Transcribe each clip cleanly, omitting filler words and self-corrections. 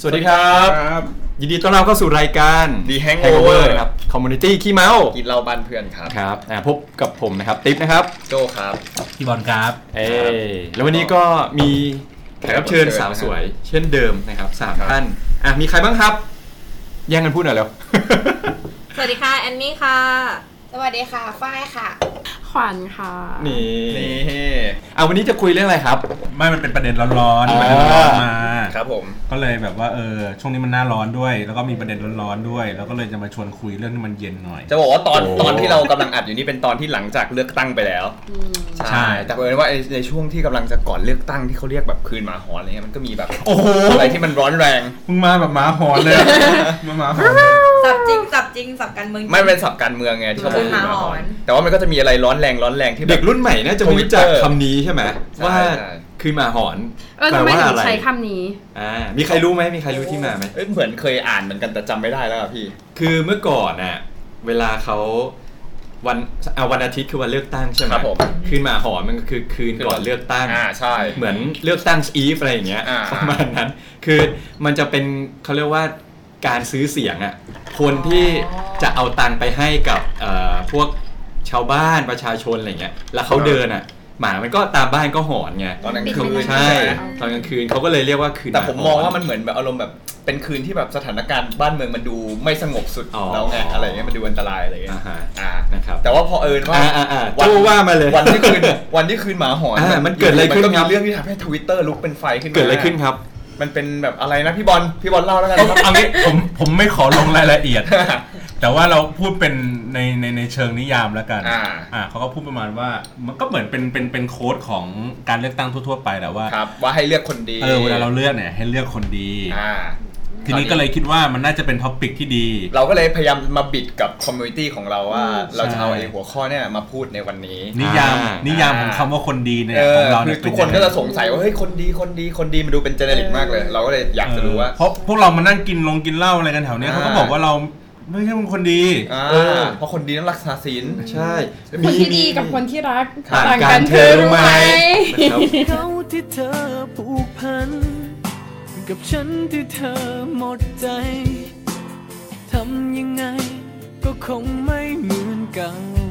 สวัสดีครับยินดีต้อนรับเข้าสู่รายการ The Hangover นะครับคอมมูนิตี้ขี้เมากินเหล้าบ้านเพื่อนครับครับพบกับผมนะครับติ๊บนะครับโจครับพี่บอลครับแล้ววันนี้ก็มีแขกรับเชิญสาวสวยเช่นเดิมนะครับ3ท่านมีใครบ้างครับแย่งกันพูดหน่อยเร็วสวัสดีค่ะแอนนี่ค่ะสวัสดีค่ะฝ้ายค่ะขวัญค่ะนี่วันนี้จะคุยเรื่องอะไรครับมันเป็นประเด็นร้อนๆมาครับผมก็เลยแบบว่าช่วงนี้มันหน้าร้อนด้วยแล้วก็มีประเด็นร้อนๆด้วยแล้วก็เลยจะมาชวนคุยเรื่องที่มันเย็นหน่อยจะบอกว่าตอนที่เรากำลังอัดอยู่นี่เป็นตอนที่หลังจากเลือกตั้งไปแล้วใช่แต่เผอิญว่าในช่วงที่กำลังจะก่อนเลือกตั้งที่เขาเรียกแบบคืนหมาหอนอะไรเงี้ยมันก็มีแบบอะไรที่มันร้อนแรงมึงมาแบบหมาหอนเลยมาหมาหอนสับจริงสับการเมืองไม่เป็นสับการเมืองไงที่เขาบอกหมาหอนแต่ว่ามันก็จะมีอะไรร้อนแรงที่เด็กรุ่นใหม่น่าจะรู้จักคำนี้ใช่ไหมว่าคือหมาหอนทำไมถึงใช้คำนี้มีใครรู้ไหมมีใครรู้ที่มาไหมเหมือนเคยอ่านเหมือนกันแต่จำไม่ได้แล้วพี่คือเมื่อก่อนน่ะเวลาเขาวันอาทิตย์คือวันเลือกตั้งใช่ไหมคืนหมาหอนมันก็คือคืนก่อนเลือกตั้งใช่เหมือนเลือกตั้งอีฟอะไรอย่างเงี้ยประมาณนั้นคือมันจะเป็นเขาเรียกว่าการซื้อเสียงอ่ะคนที่จะเอาตังค์ไปให้กับพวกชาวบ้านประชาชนอะไรเงี้ยแล้วเขาเดินอ่ะหมามันก็ตามบ้านก็หอนไงตอนกลางคืนใช่ตอนกลางคืนเขาก็เลยเรียกว่าคืนแต่ผมมองว่ามันเหมือนแบบอารมณ์แบบเป็นคืนที่แบบสถานการณ์บ้านเมืองมันดูไม่สงบสุดแล้วไงอะไรเงี้ยมันดูอันตรายอะไรเงี้ยนะครับแต่ว่าพอว่าว่ามาเลยวันที่คืนหมาหอนมันเกิดอะไรขึ้นมันก็มีเรื่องที่ทำให้ Twitter ลุกเป็นไฟขึ้นมาเกิดอะไรขึ้นครับมันเป็นแบบอะไรนะพี่บอลเล่าแล้วกันครับเอางี้ผมไม่ขอลงรายละเอียดแต่ว่าเราพูดเป็นในเชิงนิยามแล้วกันเขาก็พูดประมาณว่ามันก็เหมือนเป็นโค้ดของการเลือกตั้งทั่วๆไปแหละว่าว่าให้เลือกคนดีเวลาเราเลือกเนี่ยให้เลือกคนดีทีนี้ก็เลยคิดว่ามันน่าจะเป็นท็อปิกที่ดีเราก็เลยพยายามมาบิดกับคอมมูนิตี้ของเราว่าเราจะเอาหัวข้อเนี่ยมาพูดในวันนี้นิยามของคำว่าคนดีเนี่ยของเราเนี่ยทุกคนก็จะสงสัยว่าเฮ้ยคนดีมันดูเป็นเจเนริกมากเลยเราก็เลยอยากจะรู้ว่าเพราะพวกเรามานั่งกินเหล้าอะไรกันแถวนี้เขาก็บอกว่าเราไม่ใช่คนดีเพราะคนดีต้องรักษาศีลใช่คนที่ดีกับคนที่รักต่างกันเธอรู้ไหมเขาที่เธอผูกพันกับฉันที่เธอหมดใจทำยังไงก็คงไม่เหมือนเก่า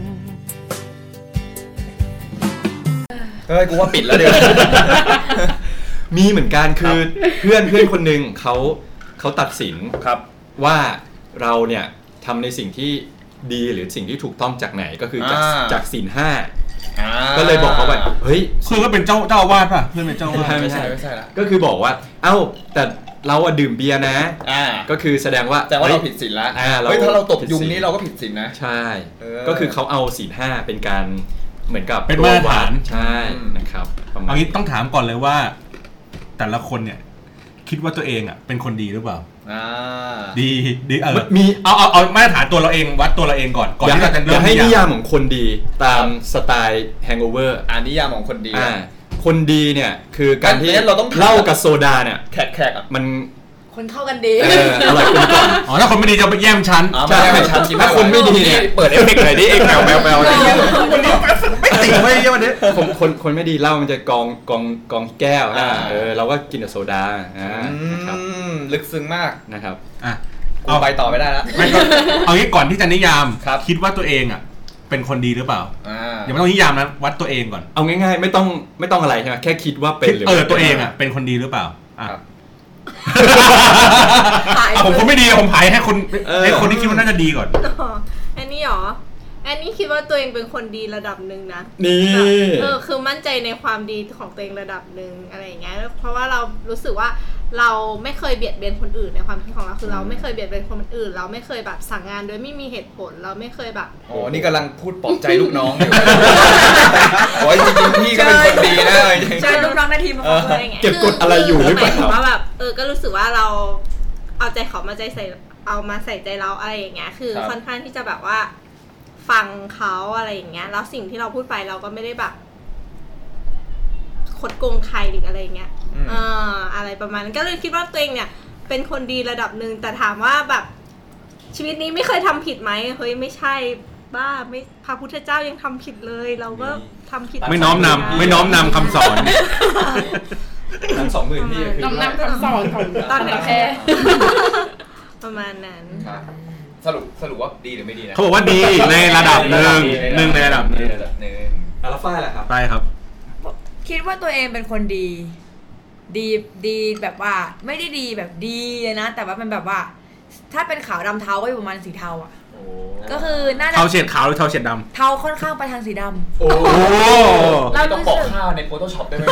กูว่าปิดแล้วเดี๋ยวมีเหมือนกันคือเพื่อนคนหนึ่งเขาตัดสินครับว่าเราเนี่ยทำในสิ่งที่ดีหรือสิ่งที่ถูกต้องจากไหนก็คือจากศีล 5ก็เลยบอกเขาว่าเฮ้ยคือก็เป็นเจ้าอาวาสป่ะเพื่อนเป็นเจ้าอาวาสไม่ใช่ละก็คือบอกว่าแต่เราดื่มเบียร์นะก็คือแสดงว่าเราผิดศีลแล้วถ้าเราตบยุงนี้เราก็ผิดศีลนะใช่ก็คือเขาเอาศีล 5เป็นการเหมือนกับเป็นมาตรฐานใช่นะครับเอางี้ต้องถามก่อนเลยว่าแต่ละคนเนี่ยคิดว่าตัวเองอ่ะเป็นคนดีหรือเปล่าดีมีเอามาตรฐานตัวเราเองวัดตัวเราเองก่อนที่เราจะเริ่มให้นิยามของคนดีตามสไตล์ Hangover นิยามของคนดีคนดีเนี่ยคือการที่เราต้องเหล้ากับโซดาเนี่ยแขกมันคนเข้ากันดีอะไรคนก่อนถ้าคนไม่ดีจะไปแย่มชั้นใช่ถ้าคนไม่ดีเนี่ยเปิดเอฟเฟกต์หน่อยดิแมวอะไรเงี้ยไม่ติดไม่เยอะวันนี้คนไม่ดีเหล้ามันจะกองแก้วเราก็กินแต่โซดานะครับลึกซึ้งมากนะครับเอาไปต่อไม่ได้แล้วเอางี้ก่อนที่จะนิยามคิดว่าตัวเองอ่ะเป็นคนดีหรือเปล่าอย่าไม่ต้องนิยามนะวัดตัวเองก่อนเอาง่ายๆไม่ต้องอะไรใช่ไหมแค่คิดว่าเป็นหรือตัวเองอ่ะเป็นคนดีหรือเปล่าผมคนไม่ดีผมหายให้คนที่คิดว่าน่าจะดีก่อนอันนี้หรออันนี้คิดว่าตัวเองเป็นคนดีระดับหนึ่งนะนี่คือมั่นใจในความดีของตัวเองระดับหนึ่งอะไรอย่างเงี้ยเพราะว่าเรารู้สึกว่าเราไม่เคยเบียดเบียนคนอื่นในความคิดของเราคือเราไม่เคยเบียดเบียนคนอื่นเราไม่เคยแบบสั่งงานโดยไม่มีเหตุผลเราไม่เคยแบบนี่กำลังพูดปลอบใจลูกน้องอยู่โอ้ยจริงๆพี่ก็เป็นคนดีนะใช่ลูกน้องในทีมอะไรอย่างเงี้ยเก็บกดอะไรอยู่หรือเปล่าว่าแบบก็รู้สึกว่าเราเอาใจเขามาใจใส่เอามาใส่ใจเราอะไรอย่างเงี้ยคือค่อนข้างที่จะแบบว่าฟังเขาอะไรอย่างเงี้ยแล้วสิ่งที่เราพูดไปเราก็ไม่ได้แบบคดโกงใครหรืออะไรเงี้ยอะไรประมาณนั้นก็เลยคิดว่าตัวเองเนี่ยเป็นคนดีระดับหนึ่งแต่ถามว่าแบบชีวิตนี้ไม่เคยทำผิดไหมเฮ้ยไม่ใช่บ้าไม่พระพุทธเจ้ายังทำผิดเลยเราก็ทำผิดไม่น้อมนำคำสอนนั้น 20,000 ที่คือน้ำหนักคำสอนของตอนแพทย์ประมาณนั้นสรุปว่าดีหรือไม่ดีนะเขาบอกว่าดีในระดับหนึ่งในระดับหนึ่งแล้วฝ้ายล่ะครับฝ้ายครับคิดว่าตัวเองเป็นคนดีแบบว่าไม่ได้ดีแบบดีเลยนะแต่ว่ามันแบบว่าถ้าเป็นขาวดำเทาก็อยู่ประมาณสีเทาอ่ะก็คือน่าจะเทาเฉดขาวหรือเทาเฉดดำเทาค่อนข้างไปทางสีดำโอ้เราต้องบอกข้าวใน Photoshop ได้ไหม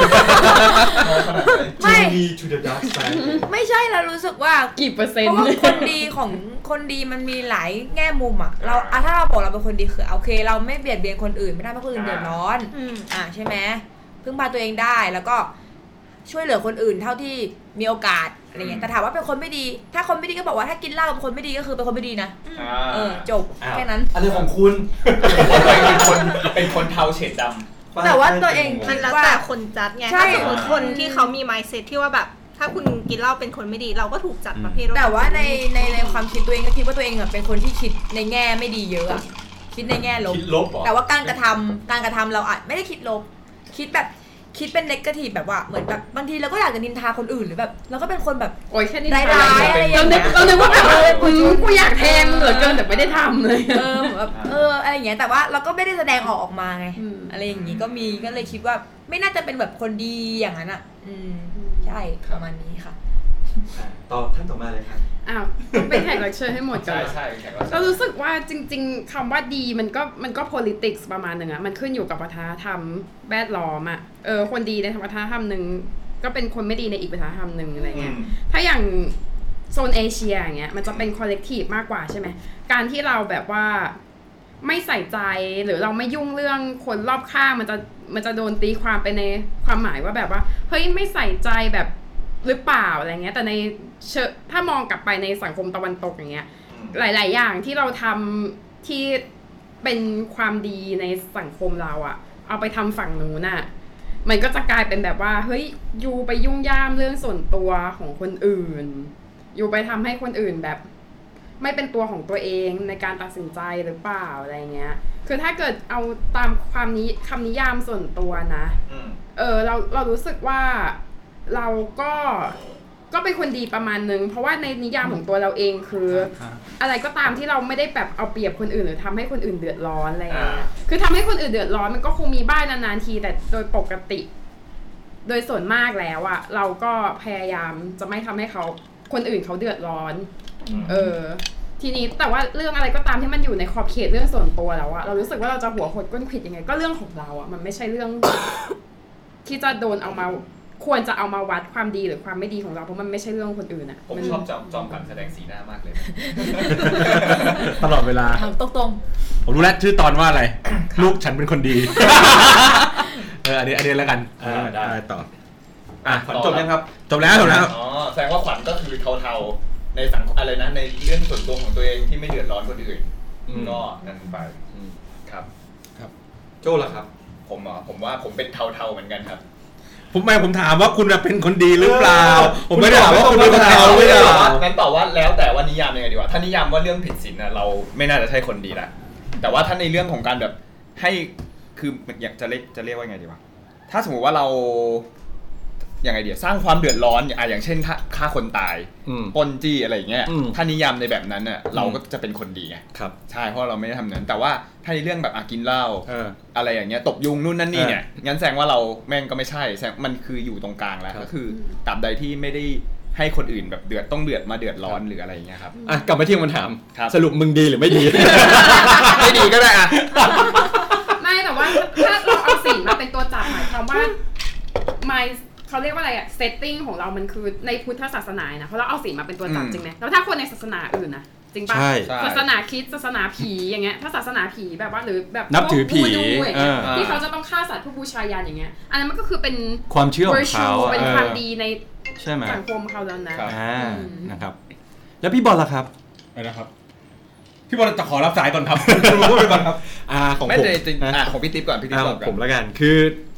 ไม่ใช่เรารู้สึกว่ากี่เปอร์เซ็นต์เพราะว่าคนดีของคนดีมันมีหลายแง่มุมอ่ะเราถ้าเราบอกเราเป็นคนดีคือโอเคเราไม่เบียดเบียนคนอื่นไม่ทำให้คนอื่นเดือดร้อนใช่ไหมพึ่งพาตัวเองได้แล้วก็ช่วยเหลือคนอื่นเท่าที่มีโอกาสอะไรเงี้ยแต่ถามว่าเป็นคนไม่ดีถ้าคนไม่ดีก็บอกว่าถ้ากินเหล้าเป็นคนไม่ดีก็คือเป็นคนไม่ดีนะจบแค่นั้นอะไรของคุณเป็นคนเทาเฉดดำแต่ว่าตัวเองคิดว่าแต่คนจัดไงถ้าสมมติคนที่เขามี mindset ที่ว่าแบบถ้าคุณกินเหล้าเป็นคนไม่ดีเราก็ถูกจัดประเภทแต่ว่าในความคิดตัวเองก็คิดว่าตัวเองเป็นคนที่คิดในแง่ไม่ดีเยอะคิดในแง่ลบแต่ว่าการกระทำเราอาจไม่ได้คิดลบคิดเป็นเนกาทีฟแบบว่าเหมือนแบบบางทีเราก็อยากจะนินทาคนอื่นหรือแบบเราก็เป็นคนแบบโอ้ยแค่นินทาร้ายอะไรอย่างเงี้ยเรานึกว่าแบบกูอยากแทงเหลือเกินแต่ไม่ได้ทำเลยแบบอะไรอย่างเงี้ยแต่ว่าเราก็ไม่ได้แสดงออกมาไงอะไรอย่างงี้ก็มีก็เลยคิดว่าไม่น่าจะเป็นแบบคนดีอย่างนั้นอ่ะใช่ประมาณนี้ค่ะต่อท่านต่อมาเลยครับเป็นแขกรับเชิญให้หมดก่อนใช่เรารู้สึกว่าจริงๆคำว่าดีมันก็ politics ประมาณนึงอะมันขึ้นอยู่กับวัฒนธรรมแวดล้อมอะคนดีในวัฒนธรรมนึงก็เป็นคนไม่ดีในอีกวัฒนธรรมนึงอะไรเงี้ยถ้าอย่างโซนเอเชียอย่างเงี้ยมันจะเป็น collective มากกว่าใช่ไหมการที่เราแบบว่าไม่ใส่ใจหรือเราไม่ยุ่งเรื่องคนรอบข้างมันจะโดนตีความไปในความหมายว่าแบบว่าเฮ้ยไม่ใส่ใจแบบหรือเปล่าอะไรเงี้ยแต่ในถ้ามองกลับไปในสังคมตะวันตกอย่างเงี้ยหลายๆอย่างที่เราทำที่เป็นความดีในสังคมเราอะเอาไปทำฝั่งนู้นน่ะมันก็จะกลายเป็นแบบว่าเฮ้ยอยู่ไปยุ่งย่ามเรื่องส่วนตัวของคนอื่นอยู่ไปทำให้คนอื่นแบบไม่เป็นตัวของตัวเองในการตัดสินใจหรือเปล่าอะไรเงี้ยคือถ้าเกิดเอาตามคำนิยามส่วนตัวนะเรารู้สึกว่าเราก็เป็นคนดีประมาณนึงเพราะว่าในนิยามของตัวเราเองคืออะไรก็ตามที่เราไม่ได้แบบเอาเปรียบคนอื่นหรือทำให้คนอื่นเดือดร้อนอะไรอย่างเงี้ยคือทำให้คนอื่นเดือดร้อนมันก็คงมีบ้างนานๆทีแต่โดยปกติโดยส่วนมากแล้วอะเราก็พยายามจะไม่ทำให้คนอื่นเขาเดือดร้อนทีนี้แต่ว่าเรื่องอะไรก็ตามที่มันอยู่ในขอบเขตเรื่องส่วนตัวแล้วอะเรารู้สึกว่าเราจะหัวหดก้นขวิดยังไงก็เรื่องของเราอะมันไม่ใช่เรื่อง ที่จะโดนเอามาควรจะเอามาวัดความดีหรือความไม่ดีของเราเพราะมันไม่ใช่เรื่องคนอื่นอ่ะผมชอบจอมขวัญแสดงสีหน้ามากเลยตลอดเวลาตรงผมรู้แล้วชื่อตอนว่าอะไรลูกฉันเป็นคนดีอันนี้แล้วกันได้ต่อขวัญจบยังครับจบแล้วอ๋อแสดงว่าขวัญก็คือเทาๆในสังคมอะไรนะในเรื่องส่วนตัวของตัวเองที่ไม่เดือดร้อนคนอื่นก็นั่นไปครับโจ้ล่ะครับผมว่าผมเป็นเทาๆเหมือนกันครับผมถามว่าคุณเป็นคนดีหรือเปล่าผมไม่ได้ถามว่าคุณเป็นคนเทาไม่ได้งั้นตอบว่าแล้วแต่ว่านิยามยังไงดีวะถ้านิยามว่าเรื่องผิดศีลนะเราไม่น่าจะใช่คนดีละแต่ว่าถ้าในเรื่องของการแบบให้คืออยากจะเรียกว่าไงดีวะถ้าสมมติว่าเรายังไงเดี๋ยวสร้างความเดือดร้อนอย่างเช่นฆ่าคนตายปล้นจี้อะไรอย่างเงี้ยถ้านิยามในแบบนั้นน่ะเราก็จะเป็นคนดีไงครับใช่เพราะเราไม่ได้ทำนั้นแต่ว่าถ้าในเรื่องแบบกินเหล้าอะไรอย่างเงี้ยตบยุงนู่นนั่นนี่เนี่ยงั้นแสดงว่าเราแม่งก็ไม่ใช่แสดงมันคืออยู่ตรงกลางแล้วก็คือตราบใดที่ไม่ได้ให้คนอื่นแบบเดือดร้อนหรืออะไรอย่างเงี้ยครับกลับมาที่คำถามสรุปมึงดีหรือไม่ดีไม่ดีก็ได้ไม่แต่ว่าถ้าเราเอาศีลมาเป็นตัวจับหมายความว่าเขาเรียกว่าอะไรอะเซตติ้งของเรามันคือในพุทธศาสนานะเพราะเราเอาศีลมาเป็นตัวจับจริงไหมแล้วถ้าคนในศาสนาอื่นนะจริงป่ะศาสนาคริสต์ศาสนาผีอย่างเงี้ยถ้าศาสนาผีแบบว่าหรือแบบนับถือผีที่เขาจะต้องฆ่าสัตว์ผู้บูชายันอย่างเงี้ยอันนั้นมันก็คือเป็นความเชื่อของเขาเป็นความดีในใช่ไหมสังคมเขาแล้วนะนะครับแล้วพี่บอลล่ะครับอะไรนะครับพี่บอลจะขอรับสายก่อนครับรู้ไปก่อนครับของผมของพี่ติ๊บก่อนพี่ติ๊บก่อนผมแล้วกันคือ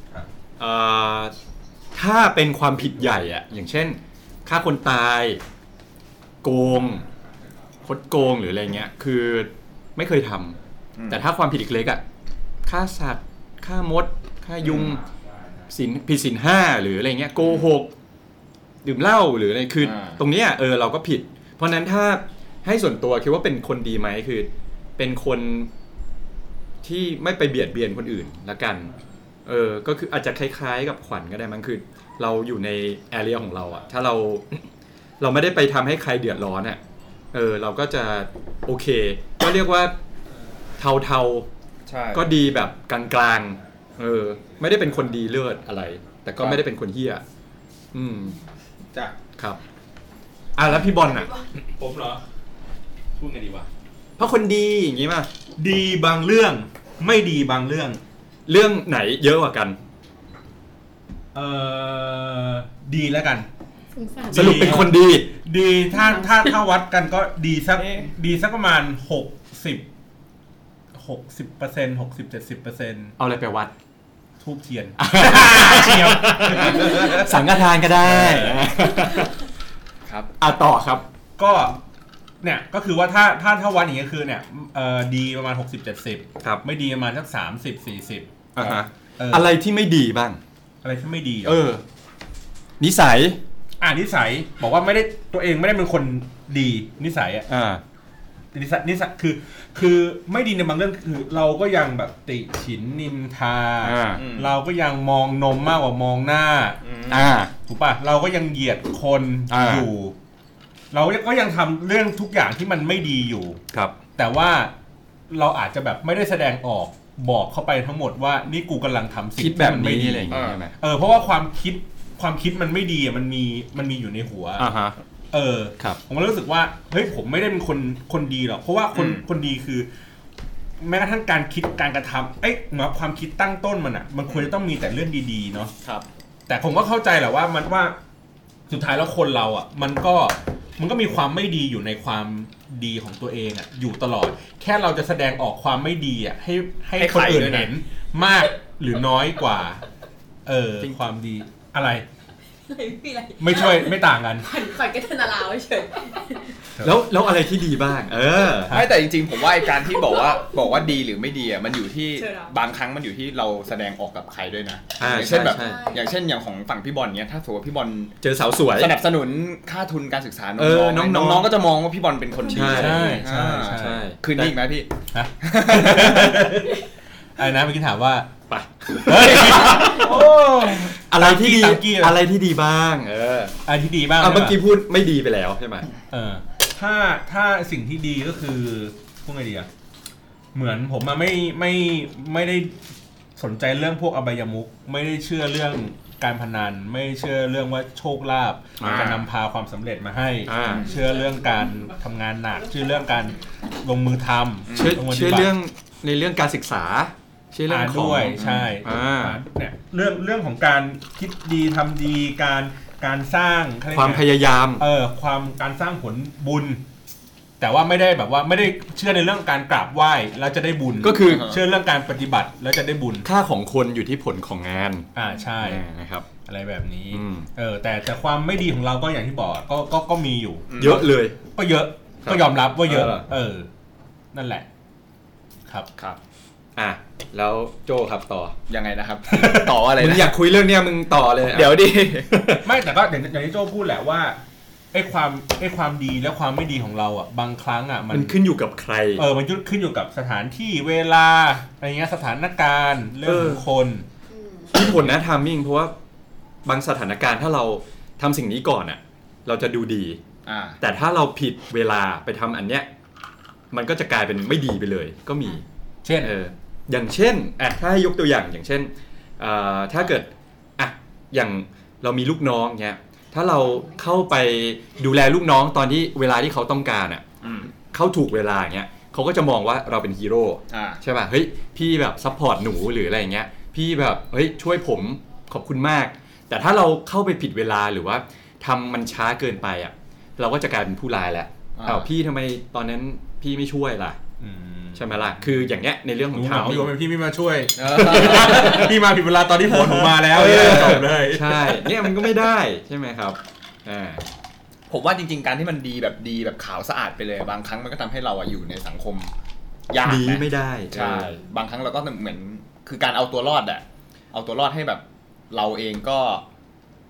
ถ้าเป็นความผิดใหญ่อะอย่างเช่นฆ่าคนตายโกงคดโกงหรืออะไรเงี้ยคือไม่เคยทำแต่ถ้าความผิดเล็กๆอะฆ่าสัตว์ฆ่ามดฆ่ายุงผิดศีล 5หรืออะไรเงี้ยโกหกดื่มเหล้าหรืออะไรคือตรงเนี้ยเราก็ผิดเพราะนั้นถ้าให้ส่วนตัวคิดว่าเป็นคนดีไหมคือเป็นคนที่ไม่ไปเบียดเบียนคนอื่นละกันก็คืออาจจะคล้ายๆกับขวัญก็ได้มั้งคือเราอยู่ในแอเรียของเราอะถ้าเราไม่ได้ไปทำให้ใครเดือดร้อนอะเราก็จะโอเคก็เรียกว่าเทาๆก็ดีแบบกลางๆไม่ได้เป็นคนดีเลิศอะไรแต่ก็ไม่ได้เป็นคนเหี้ยจ้ะครับแล้วพี่บอลน่ะผมเหรอพูดไงดีวะเพราะคนดีอย่างงี้ป่ะดีบางเรื่องไม่ดีบางเรื่องไหนเยอะกว่ากันดีแล้วกันสรุปเป็นคนดีถ้าวัดกันก็ดีสักประมาณ60% 60-70% เอาอะไรไปวัดทูบเทียนเชียวสังฆทานก็ได้ครับต่อครับก็เนี่ยก็คือว่าถ้าวัดอย่างเงี้ยคือเนี่ยดีประมาณ60-70 ครับไม่ดีประมาณสัก30-40 อะไรที่ไม่ดีบ้างอะไรที่ไม่ดีนิสัยบอกว่าไม่ได้ตัวเองไม่ได้เป็นคนดีนิสัยนิสัยคือไม่ดีในบางเรื่องคือเราก็ยังแบบติฉินนินทาเราก็ยังมองนมมากกว่ามองหน้าถูกป่ะเราก็ยังเหยียดคนอยู่เราก็ยังทำเรื่องทุกอย่างที่มันไม่ดีอยู่ครับแต่ว่าเราอาจจะแบบไม่ได้แสดงออกบอกเข้าไปทั้งหมดว่านี่กูกำลังทำสิ่งที่มันไม่ดีอะไรอย่างเงี้ยใช่ไหมเพราะว่าความคิดมันไม่ดีมันมีอยู่ในหัวครับผมก็รู้สึกว่าเฮ้ยผมไม่ได้เป็นคนดีหรอกเพราะว่าคนดีคือแม้กระทั่งการคิดการกระทำเหมือนความคิดตั้งต้นมันควรจะต้องมีแต่เรื่องดีๆเนาะครับแต่ผมก็เข้าใจแหละว่ามันว่าสุดท้ายแล้วคนเรามันก็มีความไม่ดีอยู่ในความดีของตัวเองอยู่ตลอดแค่เราจะแสดงออกความไม่ดีให้คนอื่นเห็นมากหรือน้อยกว่าความดีอะไรไม่ช่วยไม่ต่างกันข่อยก็ทนาลาวเฉยแล้วอะไรที่ดีบ้างไม่แต่จริงๆผมว่าการที่บอกว่าดีหรือไม่ดีมันอยู่ที่บางครั้งมันอยู่ที่เราแสดงออกกับใครด้วยนะอย่างเช่นแบบอย่างของฝั่งพี่บอลเนี้ยถ้าสมมติว่าพี่บอลเจอสาวสวยสนับสนุนค่าทุนการศึกษาน้องก็จะมองว่าพี่บอลเป็นคนดีใช่คืนดีไหมพี่ไอ้นะเมื่อกี้ถามว่าไปอะไรที่ดีบ้างอะไรที่ดีบ้างเมื่อกี้พูดไม่ดีไปแล้วใช่ไหมถ้าสิ่งที่ดีก็คือพวกไงดีเหมือนผมไม่ได้สนใจเรื่องพวกอบายมุขไม่ได้เชื่อเรื่องการพนันไม่เชื่อเรื่องว่าโชคลาภจะนำพาความสำเร็จมาให้เชื่อเรื่องการทำงานหนักเชื่อเรื่องการลงมือทำเชื่อเรื่องในเรื่องการศึกษาเชื่อเรื่องด้วยใช่เนี่ยเรื่องของการคิดดีทำดีการสร้างความพยายามความการสร้างผลบุญแต่ว่าไม่ได้แบบว่าไม่ได้เชื่อในเรื่องการกราบไหว้แล้วจะได้บุญก็คือเชื่อเรื่องการปฏิบัติแล้วจะได้บุญค่าของคนอยู่ที่ผลของงานใช่นะครับอะไรแบบนี้แต่ความไม่ดีของเราก็อย่างที่บอกก็มีอยู่เยอะเลยก็เยอะก็ยอมรับว่าเยอะนั่นแหละครับแล้วโจครับต่อยังไงนะครับต่ออะไรมึงอยากคุยเรื่องเนี้ยมึงต่อเลยเดี๋ยวดิไม่แต่ก็อย่างที่โจพูดแหละว่าไอ้ความดีและความไม่ดีของเราบางครั้งมันขึ้นอยู่กับใครมันขึ้นอยู่กับสถานที่เวลาอะไรเงี้ยสถานการณ์เรื่องคนที่ผลนะทามมิ่งเพราะว่าบางสถานการณ์ถ้าเราทำสิ่งนี้ก่อนเราจะดูดีแต่ถ้าเราผิดเวลาไปทำอันเนี้ยมันก็จะกลายเป็นไม่ดีไปเลยก็มีเช่นอย่างเช่นถ้าให้ยกตัวอย่างเช่นถ้าเกิดอย่างเรามีลูกน้องเงี้ยถ้าเราเข้าไปดูแลลูกน้องตอนที่เวลาที่เขาต้องการเข้าถูกเวลาเงี้ยเขาก็จะมองว่าเราเป็นฮีโร่ใช่ป่ะเฮ้ยพี่แบบซัพพอร์ตหนูหรืออะไรเงี้ยพี่แบบเฮ้ยช่วยผมขอบคุณมากแต่ถ้าเราเข้าไปผิดเวลาหรือว่าทำมันช้าเกินไปเราก็จะกลายเป็นผู้ร้ายแล้วพี่ทำไมตอนนั้นพี่ไม่ช่วยล่ะใช่ไหมล่ะคืออย่างเงี้ยในเรื่องของทางอยู่เป็นพี่ไม่มาช่วยพี่มาผิดเวลาตอนที่ผมมาแล้วจบเลยใช่เนี่ยมันก็ไม่ได้ใช่ไหมครับผมว่าจริงๆการที่มันดีแบบขาวสะอาดไปเลยบางครั้งมันก็ทำให้เราอยู่ในสังคมยากดีไม่ได้ใช่บางครั้งเราก็เหมือนคือการเอาตัวรอดเอาตัวรอดให้แบบเราเองก็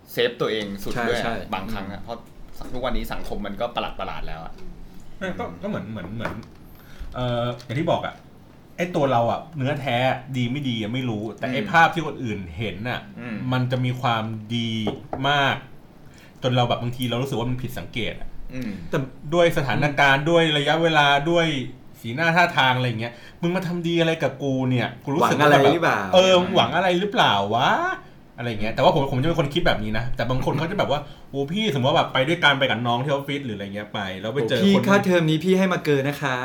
เซฟตัวเองสุดด้วยบางครั้งเพราะทุกวันนี้สังคมมันก็ประหลาดแล้วอ่ะก็เหมือนอย่างที่บอกอ่ะไอ้ตัวเราอ่ะเนื้อแท้ดีไม่ดีไม่รู้แต่ไอ้ภาพที่คนอื่นเห็นน่ะมันจะมีความดีมากจนเราแบบบางทีเรารู้สึกว่ามันผิดสังเกตแต่ด้วยสถานการณ์ด้วยระยะเวลาด้วยสีหน้าท่าทางอะไรอย่างเงี้ยมึงมาทำดีอะไรกับกูเนี่ยกูรู้สึกว่าแบบหวังอะไรหรือเปล่าวะอะไรเงี้ยแต่ว่าผมจะเป็นคนคิดแบบนี้นะแต่บางคนเขาจะแบบว่าโอ้พี่สมมติว่าแบบไปด้วยกันไปกับน้องที่ออฟฟิศหรืออะไรเงี้ยไปแล้วไปเจอคนพี่ค่าเทอมนี้พี่ให้มาเกินนะคะ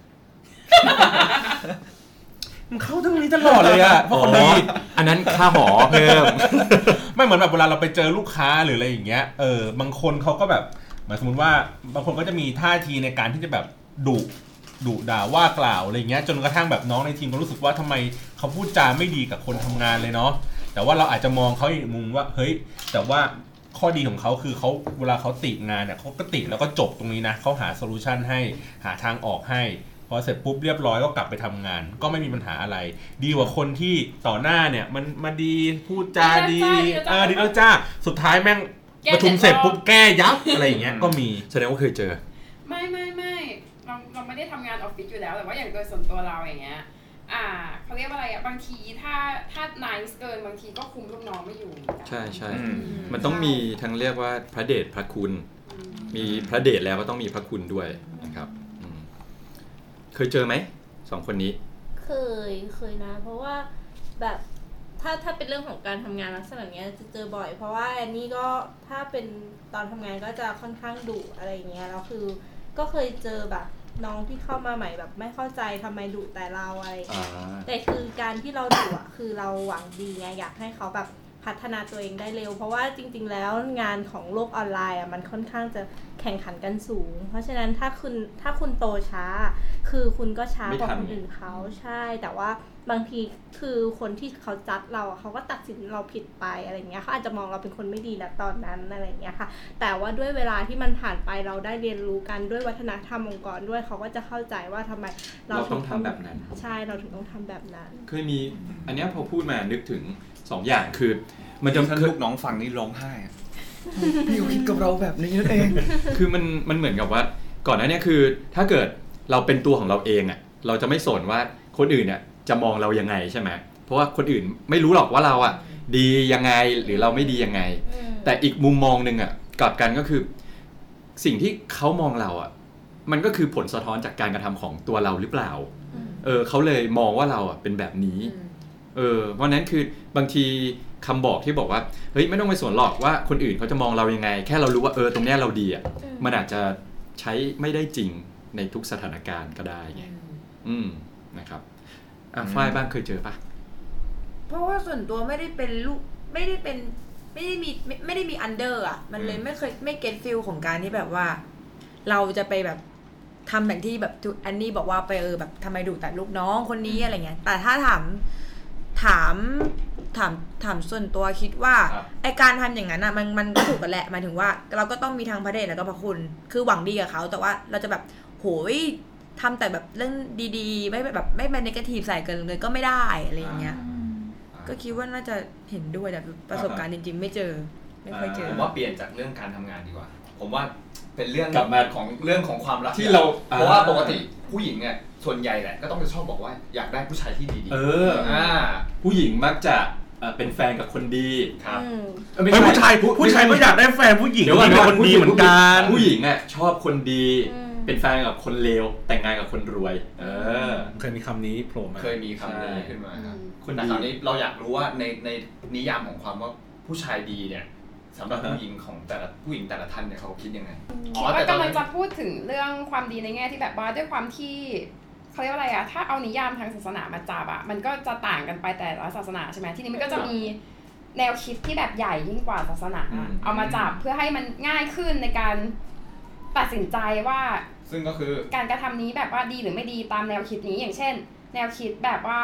มันเข้าตรงนี้ตลอดเลยอ่ะเพราะคนดีอันนั้นค่าหอเพิ่มไม่เหมือนแบบเวลาเราไปเจอลูกค้าหรืออะไรอย่างเงี้ยบางคนเขาก็แบบหมายสมมติว่าบางคนก็จะมีท่าทีในการที่จะแบบดุด่าว่ากล่าวอะไรเงี้ยจนกระทั่งแบบน้องในทีมก็รู้สึกว่าทำไมเขาพูดจาไม่ดีกับคนทำงานเลยเนาะแต่ว่าเราอาจจะมองเขาอีกมุมว่าเฮ้ยแต่ว่าข้อดีของเขาคือเขาเวลาเขาติงานเนี่ยเขาก็ติแล้วก็จบตรงนี้นะเขาหาโซลูชันให้หาทางออกให้พอเสร็จปุ๊บเรียบร้อยก็กลับไปทำงานก็ไม่มีปัญหาอะไรดีกว่าคนที่ต่อหน้าเนี่ยมันมาดีพูดจาดีดีแล้วจ้าสุดท้ายแม่งประชุมเสร็จปุ๊บแก้ยับอะไรอย่างเงี้ยก็มีแสดงว่าเคยเจอไม่เราไม่ได้ทำงานออฟฟิศอยู่แล้วแต่ว่าอย่างโดยส่วนตัวเราอย่างเงี้ยเขาเรียกว่าอะไรบางทีถ้า nice เกินบางทีก็คุมลูกน้องไม่อยู่ใช่มันต้องมีทั้งเรียกว่าพระเดชพระคุณมีพระเดชแล้วก็ต้องมีพระคุณด้วยนะครับเคยเจอไหม2คนนี้เคยนะเพราะว่าแบบถ้าเป็นเรื่องของการทำงานลักษณะเนี้ยจะเจอบ่อยเพราะว่าแอนนี่ก็ถ้าเป็นตอนทำงานก็จะค่อนข้างดุอะไรอย่างเงี้ยแล้วคือก็เคยเจอแบบน้องที่เข้ามาใหม่แบบไม่เข้าใจทำไมดุแต่เราอะไรแต่คือการที่เราดุอ่ะคือเราหวังดีไงอยากให้เขาแบบพัฒนาตัวเองได้เร็วเพราะว่าจริงๆแล้วงานของโลกออนไลน์อ่ะมันค่อนข้างจะแข่งขันกันสูงเพราะฉะนั้นถ้าคุณโตช้าคือคุณก็ช้ากว่าคนอื่นเขาใช่แต่ว่าบางทีคือคนที่เขาจัดเราเขาก็ตัดสินเราผิดไปอะไรเงี้ยเขาอาจจะมองเราเป็นคนไม่ดีนะตอนนั้นอะไรเงี้ยค่ะแต่ว่าด้วยเวลาที่มันผ่านไปเราได้เรียนรู้กันด้วยวัฒนธรรมองค์กรด้วยเขาก็จะเข้าใจว่าทำไมเราต้องทำแบบนั้นใช่เราถึงต้องทำแบบนั้นเคยมีอันนี้พอพูดมานึกถึง2อย่างคือมันจะลูกน้องฟังนี่ร้องไห้พี่คิดกับเราแบบนี้นั่นเองคือมันเหมือนกับว่าก่อนหน้านี้คือถ้าเกิดเราเป็นตัวของเราเองอ่ะเราจะไม่สนว่าคนอื่นเนี่ยจะมองเรายังไงใช่ไหมเพราะว่าคนอื่นไม่รู้หรอกว่าเราอ่ะดียังไงหรือเราไม่ดียังไงแต่อีกมุมมองนึงอ่ะกลับกันก็คือสิ่งที่เขามองเราอ่ะมันก็คือผลสะท้อนจากการกระทำของตัวเราหรือเปล่าเขาเลยมองว่าเราอ่ะเป็นแบบนี้เพราะนั้นคือบางทีคำบอกที่บอกว่าเฮ้ยไม่ต้องไปสนหรอกว่าคนอื่นเขาจะมองเรายังไงแค่เรารู้ว่าตรงเนี้ยเราดีอ่ะมันอาจจะใช้ไม่ได้จริงในทุกสถานการณ์ก็ได้ไงนะครับฝ้ายบ้างเคยเจอปะเพราะว่าส่วนตัวไม่ได้เป็นลูกไม่ได้มีอันเดอร์อ่ะมันเลยไม่เก็ตฟิลของการที่แบบว่าเราจะไปแบบทำแบบที่แบบอันนี้บอกว่าไปแบบทำไมดุแต่ลูกน้องคนนี้อะไรเงี้ยแต่ถ้าถามส่วนตัวคิดว่าไอการทำอย่างนั้นอ่ะมันก็ถูกกันแหละหมายถึงว่าเราก็ต้องมีทางพระเดชแล้วก็พระคุณคือหวังดีกับเขาแต่ว่าเราจะแบบโหยทำแต่แบบเรื่องดีๆไม่แบบไม่เป็นเนกาทีฟใส่กันเลยก็ไม่ได้อะไรอย่างเงี้ยก็คิดว่าน่าจะเห็นด้วยแต่ประสบการณ์จริงๆไม่ค่อยเจอผมว่าเปลี่ยนจากเรื่องการทำงานดีกว่าผมว่าเป็นเรื่องกลับมาของเรื่องของความรักที่เราเพราะว่าปกติผู้หญิงเนี่ยส่วนใหญ่แหละก็ต้องจะชอบบอกว่าอยากได้ผู้ชายที่ดีๆผู้หญิงมักจะเป็นแฟนกับคนดีครับผู้ชายก็อยากได้แฟนผู้หญิงเป็นคนดีเหมือนกันผู้หญิงอ่ะชอบคนดีเป็นแฟนกับคนเลวแต่งงานกับคนรวยเคยมีคำนี้โผล่มาเคยมีคำนี้ขึ้นมาครับแต่คราวนี้เราอยากรู้ว่าในนิยามของความว่าผู้ชายดีเนี่ยสำหรับผู้หญิงของผู้หญิงแต่ละท่านเนี่ยเขาคิดยังไงแต่กำลังจะพูดถึงเรื่องความดีในแง่ที่แบบว่าด้วยความที่เขาเรียกว่าอะไรถ้าเอานิยามทางศาสนามาจับมันก็จะต่างกันไปแต่ละศาสนาใช่ไหมทีนี้มันก็จะมีแนวคิดที่แบบใหญ่ยิ่งกว่าศาสนาเอามาจับเพื่อให้มันง่ายขึ้นในการตัดสินใจว่าซึ่งก็คือการกระทำนี้แบบว่าดีหรือไม่ดีตามแนวคิดนี้อย่างเช่นแนวคิดแบบว่า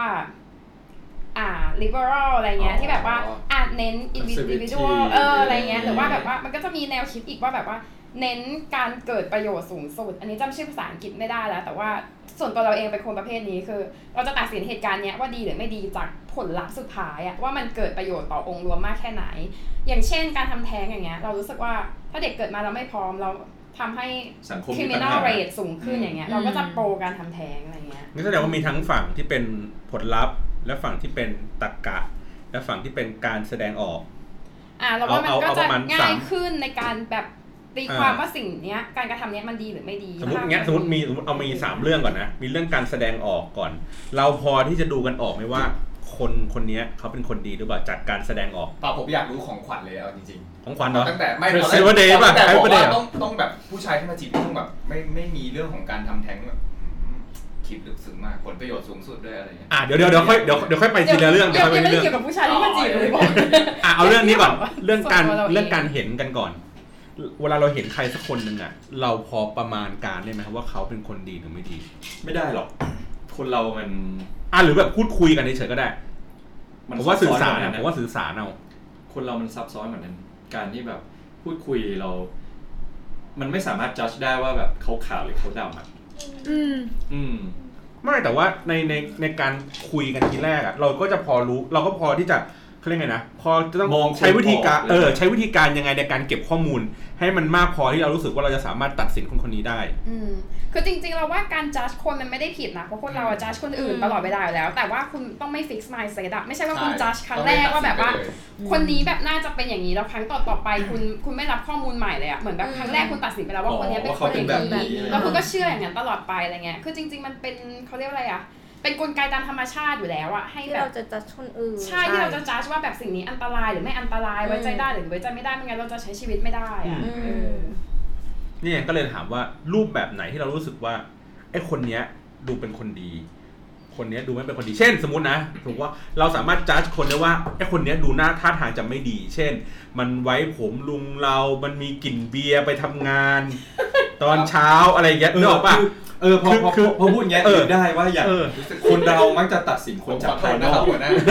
liberal อะไรเงี้ยที่แบบว่าเน้น individual อะไรเงี้ยหรือว่าแบบว่ามันก็จะมีแนวคิดอีกว่าแบบว่าเน้นการเกิดประโยชน์สูงสุดอันนี้จำชื่อภาษาอังกฤษไม่ได้แล้วแต่ว่าส่วนตัวเราเองเป็นคนประเภทนี้คือเราจะตัดสินเหตุการณ์เนี้ยว่าดีหรือไม่ดีจากผลลัพธ์สุดท้ายอะว่ามันเกิดประโยชน์ต่อองค์รวมมากแค่ไหนอย่างเช่นการทำแท้งอย่างเงี้ยเรารู้สึกว่าถ้าเด็กเกิดมาเราไม่พร้อมเราทำให้ criminal rate สูงขึ้นอย่างเงี้ยเราก็จะโปรการทำแท้งอะไรเงี้ยนี่แสดงว่ามีทั้งฝั่งที่เป็นผลลัพธ์และฝั่งที่เป็นตรรกะและฝั่งที่เป็นการแสดงออกเราว่ามันก็จะง่ายขึ้นในการแบบตีความว่าสิ่งเนี้ยการกระทำเนี้ยมันดีหรือไม่ดีสมมติเอามี3เรื่องก่อนนะมีเรื่องการแสดงออกก่อนเราพอที่จะดูกันออกไหมว่าคนนี้เขาเป็นคนดีหรือเปล่าจากการแสดงออกผมอยากรู้ของขวัญเลยเอาจริงๆของขวัญเนาะตั้งแต่ไม่เซเวอร์เดย์ป่ะแต่บอกว่าต้องแบบผู้ชายที่มาจีบต้องแบบไม่มีเรื่องของการทำแท้งแบบคิดลึกซึ้งมากผลประโยชน์สูงสุดด้วยอะไรเงี้ยเดี๋ยวค่อยไปทีละเรื่องเดี๋ยวไม่เกี่ยวกับผู้ชายที่มาจีบเลยบอกเอาเรื่องนี้ก่อนเรื่องการเห็นกันก่อนเวลาเราเห็นใครสักคนนึงเราพอประมาณการได้ไหมครับว่าเขาเป็นคนดีหรือไม่ดีไม่ได้หรอกคนเรามันหรือแบบพูดคุยกันเฉยๆก็ได้ผมว่าสื่อสารเอาคนเรามันซับซ้อนเหมือนนั้นการที่แบบพูดคุยเรามันไม่สามารถจัดได้ว่าแบบเขาขาวหรือเขาดำไม่แต่ว่าในการคุยกันทีแรกเราก็จะพอรู้เราก็พอที่จะเขาเรียกไงนะพอจะต้องใช้วิธีการใช้วิธีการยังไงในการเก็บข้อมูลให้มันมากพอที่เรารู้สึกว่าเราจะสามารถตัดสินคนนี้ได้คือจริงๆเราว่าการจัดคนมันไม่ได้ผิดนะเพราะคนเราจัดคนอื่นตลอดเวลาอยู่แล้วแต่ว่าคุณต้องไม่ fix mindset ไม่ใช่ว่าคุณจัดครั้งแรกว่าแบบว่าคนนี้แบบน่าจะเป็นอย่างนี้แล้วครั้งต่อไปคุณไม่รับข้อมูลใหม่เลยเหมือนแบบครั้งแรกคุณตัดสินไปแล้วว่าคนนี้เป็นคนอย่างนี้แล้วคุณก็เชื่ออย่างนั้นตลอดไปอะไรเงี้ยคือจริงๆมันเป็นเขาเรียกอะไรเป็นกลไกตามธรรมชาติอยู่แล้วให้แบบเราจะจัดคนอื่นใช่ที่เราจะจัดว่าแบบสิ่งนี้อันตรายหรือไม่อันตรายไว้ใจได้หรือไว้ใจไม่ได้ไม่งั้นเราจะใช้ชีวิตไม่ได้นี่ก็เลยถามว่ารูปแบบไหนที่เรารู้สึกว่าไอ้คนเนี้ยดูเป็นคนดีคนเนี้ยดูไม่เป็นคนดีเช่นสมมติว่าเราสามารถจัดคนได้ว่าไอ้คนเนี้ยดูหน้าท่าทางจะไม่ดีเช่นมันไว้ผมลุงเรามันมีกลิ่นเบียร์ไปทำงานตอนเช้าอะไรอย่างเงี้ยนึกออกป่ะพอพูดอย่างเงี้ยได้ว่าอย่างคนเรามักจะตัดสินคนจากภายนอก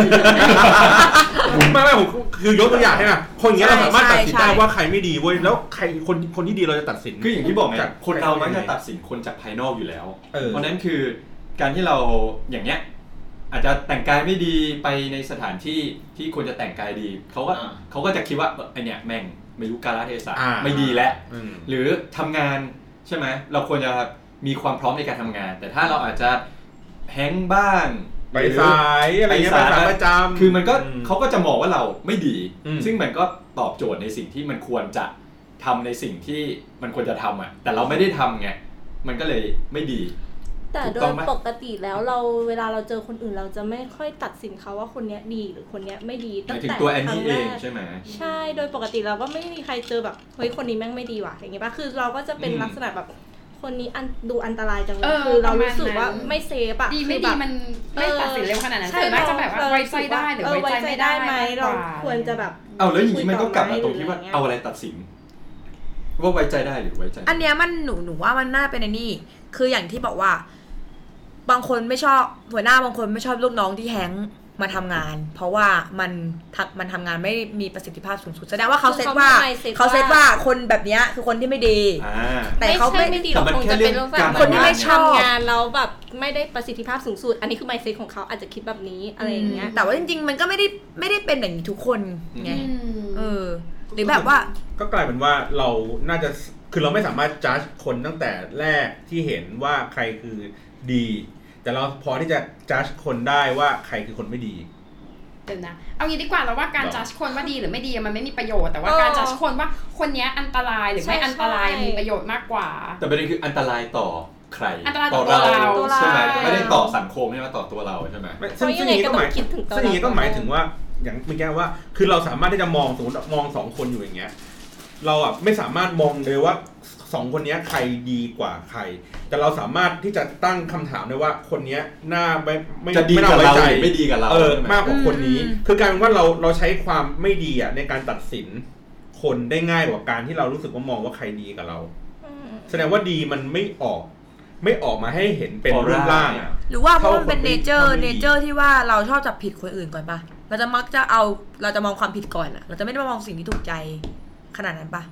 ไม่ผมคือยกตัวอย่างให้นะคนอย่างเงี้ยเราสามารถตัดสินได้ว่าใครไม่ดีเว้ยแล้วใครคนที่ดีเราจะตัดสินคืออย่างที่บอกไงคนเรามักจะตัดสินคนจากภายนอกอยู่แล้วเพราะนั้นคือการที่เราอย่างเงี้ยอาจจะแต่งกายไม่ดีไปในสถานที่ที่ควรจะแต่งกายดีเขาก็จะคิดว่าไอเนี้ยแม่งไม่รู้กาลเทศะไม่ดีแล้วหรือทำงานใช่ไหมเราควรจะมีความพร้อมในการทำงานแต่ถ้าเราอาจจะแฮงบ้างไปสายอะไรเงี้ยไปสายประจำคือมันก็เขาก็จะมองว่าเราไม่ดีซึ่งมันก็ตอบโจทย์ในสิ่งที่มันควรจะทำในสิ่งที่มันควรจะทำแต่เราไม่ได้ทำไงมันก็เลยไม่ดีแต่โดยปกติแล้วเวลาเราเจอคนอื่นเราจะไม่ค่อยตัดสินเขาว่าคนนี้ดีหรือคนนี้ไม่ดีตั้งแต่ตัวแอนนี่เองใช่ไหมใช่โดยปกติเราก็ไม่มีใครเจอแบบเฮ้ยคนนี้แม่งไม่ดีว่ะอย่างเงี้ยป่ะคือเราก็จะเป็นลักษณะแบบคนนี้ดูอันตรายจังเลยคือเรารู้สึกว่าไม่เซฟอะดีไม่ดีมันไม่ตัดสินเร็วขนาดนั้นคือน่าจะแบบว่าไว้ใจได้หรือไว้ใจไม่ได้ไหมเราควรจะแบบแล้วอย่างนี้มันก็กลับมาตรงที่ว่าเอาอะไรตัดสินว่าไว้ใจได้หรือไว้ใจอันเนี้ยมันหนูว่ามันน่าเป็นไอ้นี่คืออย่างที่บอกว่าบางคนไม่ชอบหัวหน้าบางคนไม่ชอบลูกน้องที่แฮงมาทำงานเพราะว่ามันทำงานไม่มีประสิทธิภาพสูงสุดแสดงว่าเขาเซตว่าคนแบบนี้คือคนที่ไม่ดีแต่เขาไม่ดีหรอกคงจะเป็นคนที่ไม่ชอบงานแล้วแบบไม่ได้ประสิทธิภาพสูงสุดอันนี้คือ mindset ของเขาอาจจะคิดแบบนี้อะไรอย่างเงี้ยแต่ว่าจริงๆมันก็ไม่ได้เป็นอย่างนี้ทุกคนไงหรือแบบว่าก็กลายเป็นว่าเราน่าจะคือเราไม่สามารถจัดคนตั้งแต่แรกที่เห็นว่าใครคือดีแต่เราพอที่จะจัดคนได้ว่าใครคือคนไม่ดีเดี๋ยวนะเอางี้ดีกว่าเราว่าการจัดคนว่าดีหรือไม่ดีมันไม่มีประโยชน์แต่ว่าการจัดคนว่าคนนี้อันตรายหรือไม่อันตรายมีประโยชน์มากกว่าแต่ประเด็นคืออันตรายต่อใครต่อเราใช่ไหมไม่ได้ต่อสังคมใช่ไหมต่อตัวเราใช่ไหมซึ่งอย่างนี้ก็หมายถึงว่าอย่างเมื่อกี้ว่าคือเราสามารถที่จะมองสมมติมองสองคนอยู่อย่างเงี้ยเราไม่สามารถมองเลยว่าสองคนนี้ใครดีกว่าใครแต่เราสามารถที่จะตั้งคำถามได้ว่าคนนี้น่าไม่จะดีกับเราหรือไม่ดีกับเรามากกว่าคนนี้คือการว่าเราใช้ความไม่ดีในการตัดสินคนได้ง่ายกว่าการที่เรารู้สึกว่ามองว่าใครดีกับเราแสดงว่าดีมันไม่ออกมาให้เห็นเป็นรูปร่างหรือว่าเพราะมันเป็นเนเจอร์ที่ว่าเราชอบจับผิดคนอื่นก่อนปะเราจะมองความผิดก่อนเราจะไม่ได้มองสิ่งที่ถูกใจขนาดนั้นปะ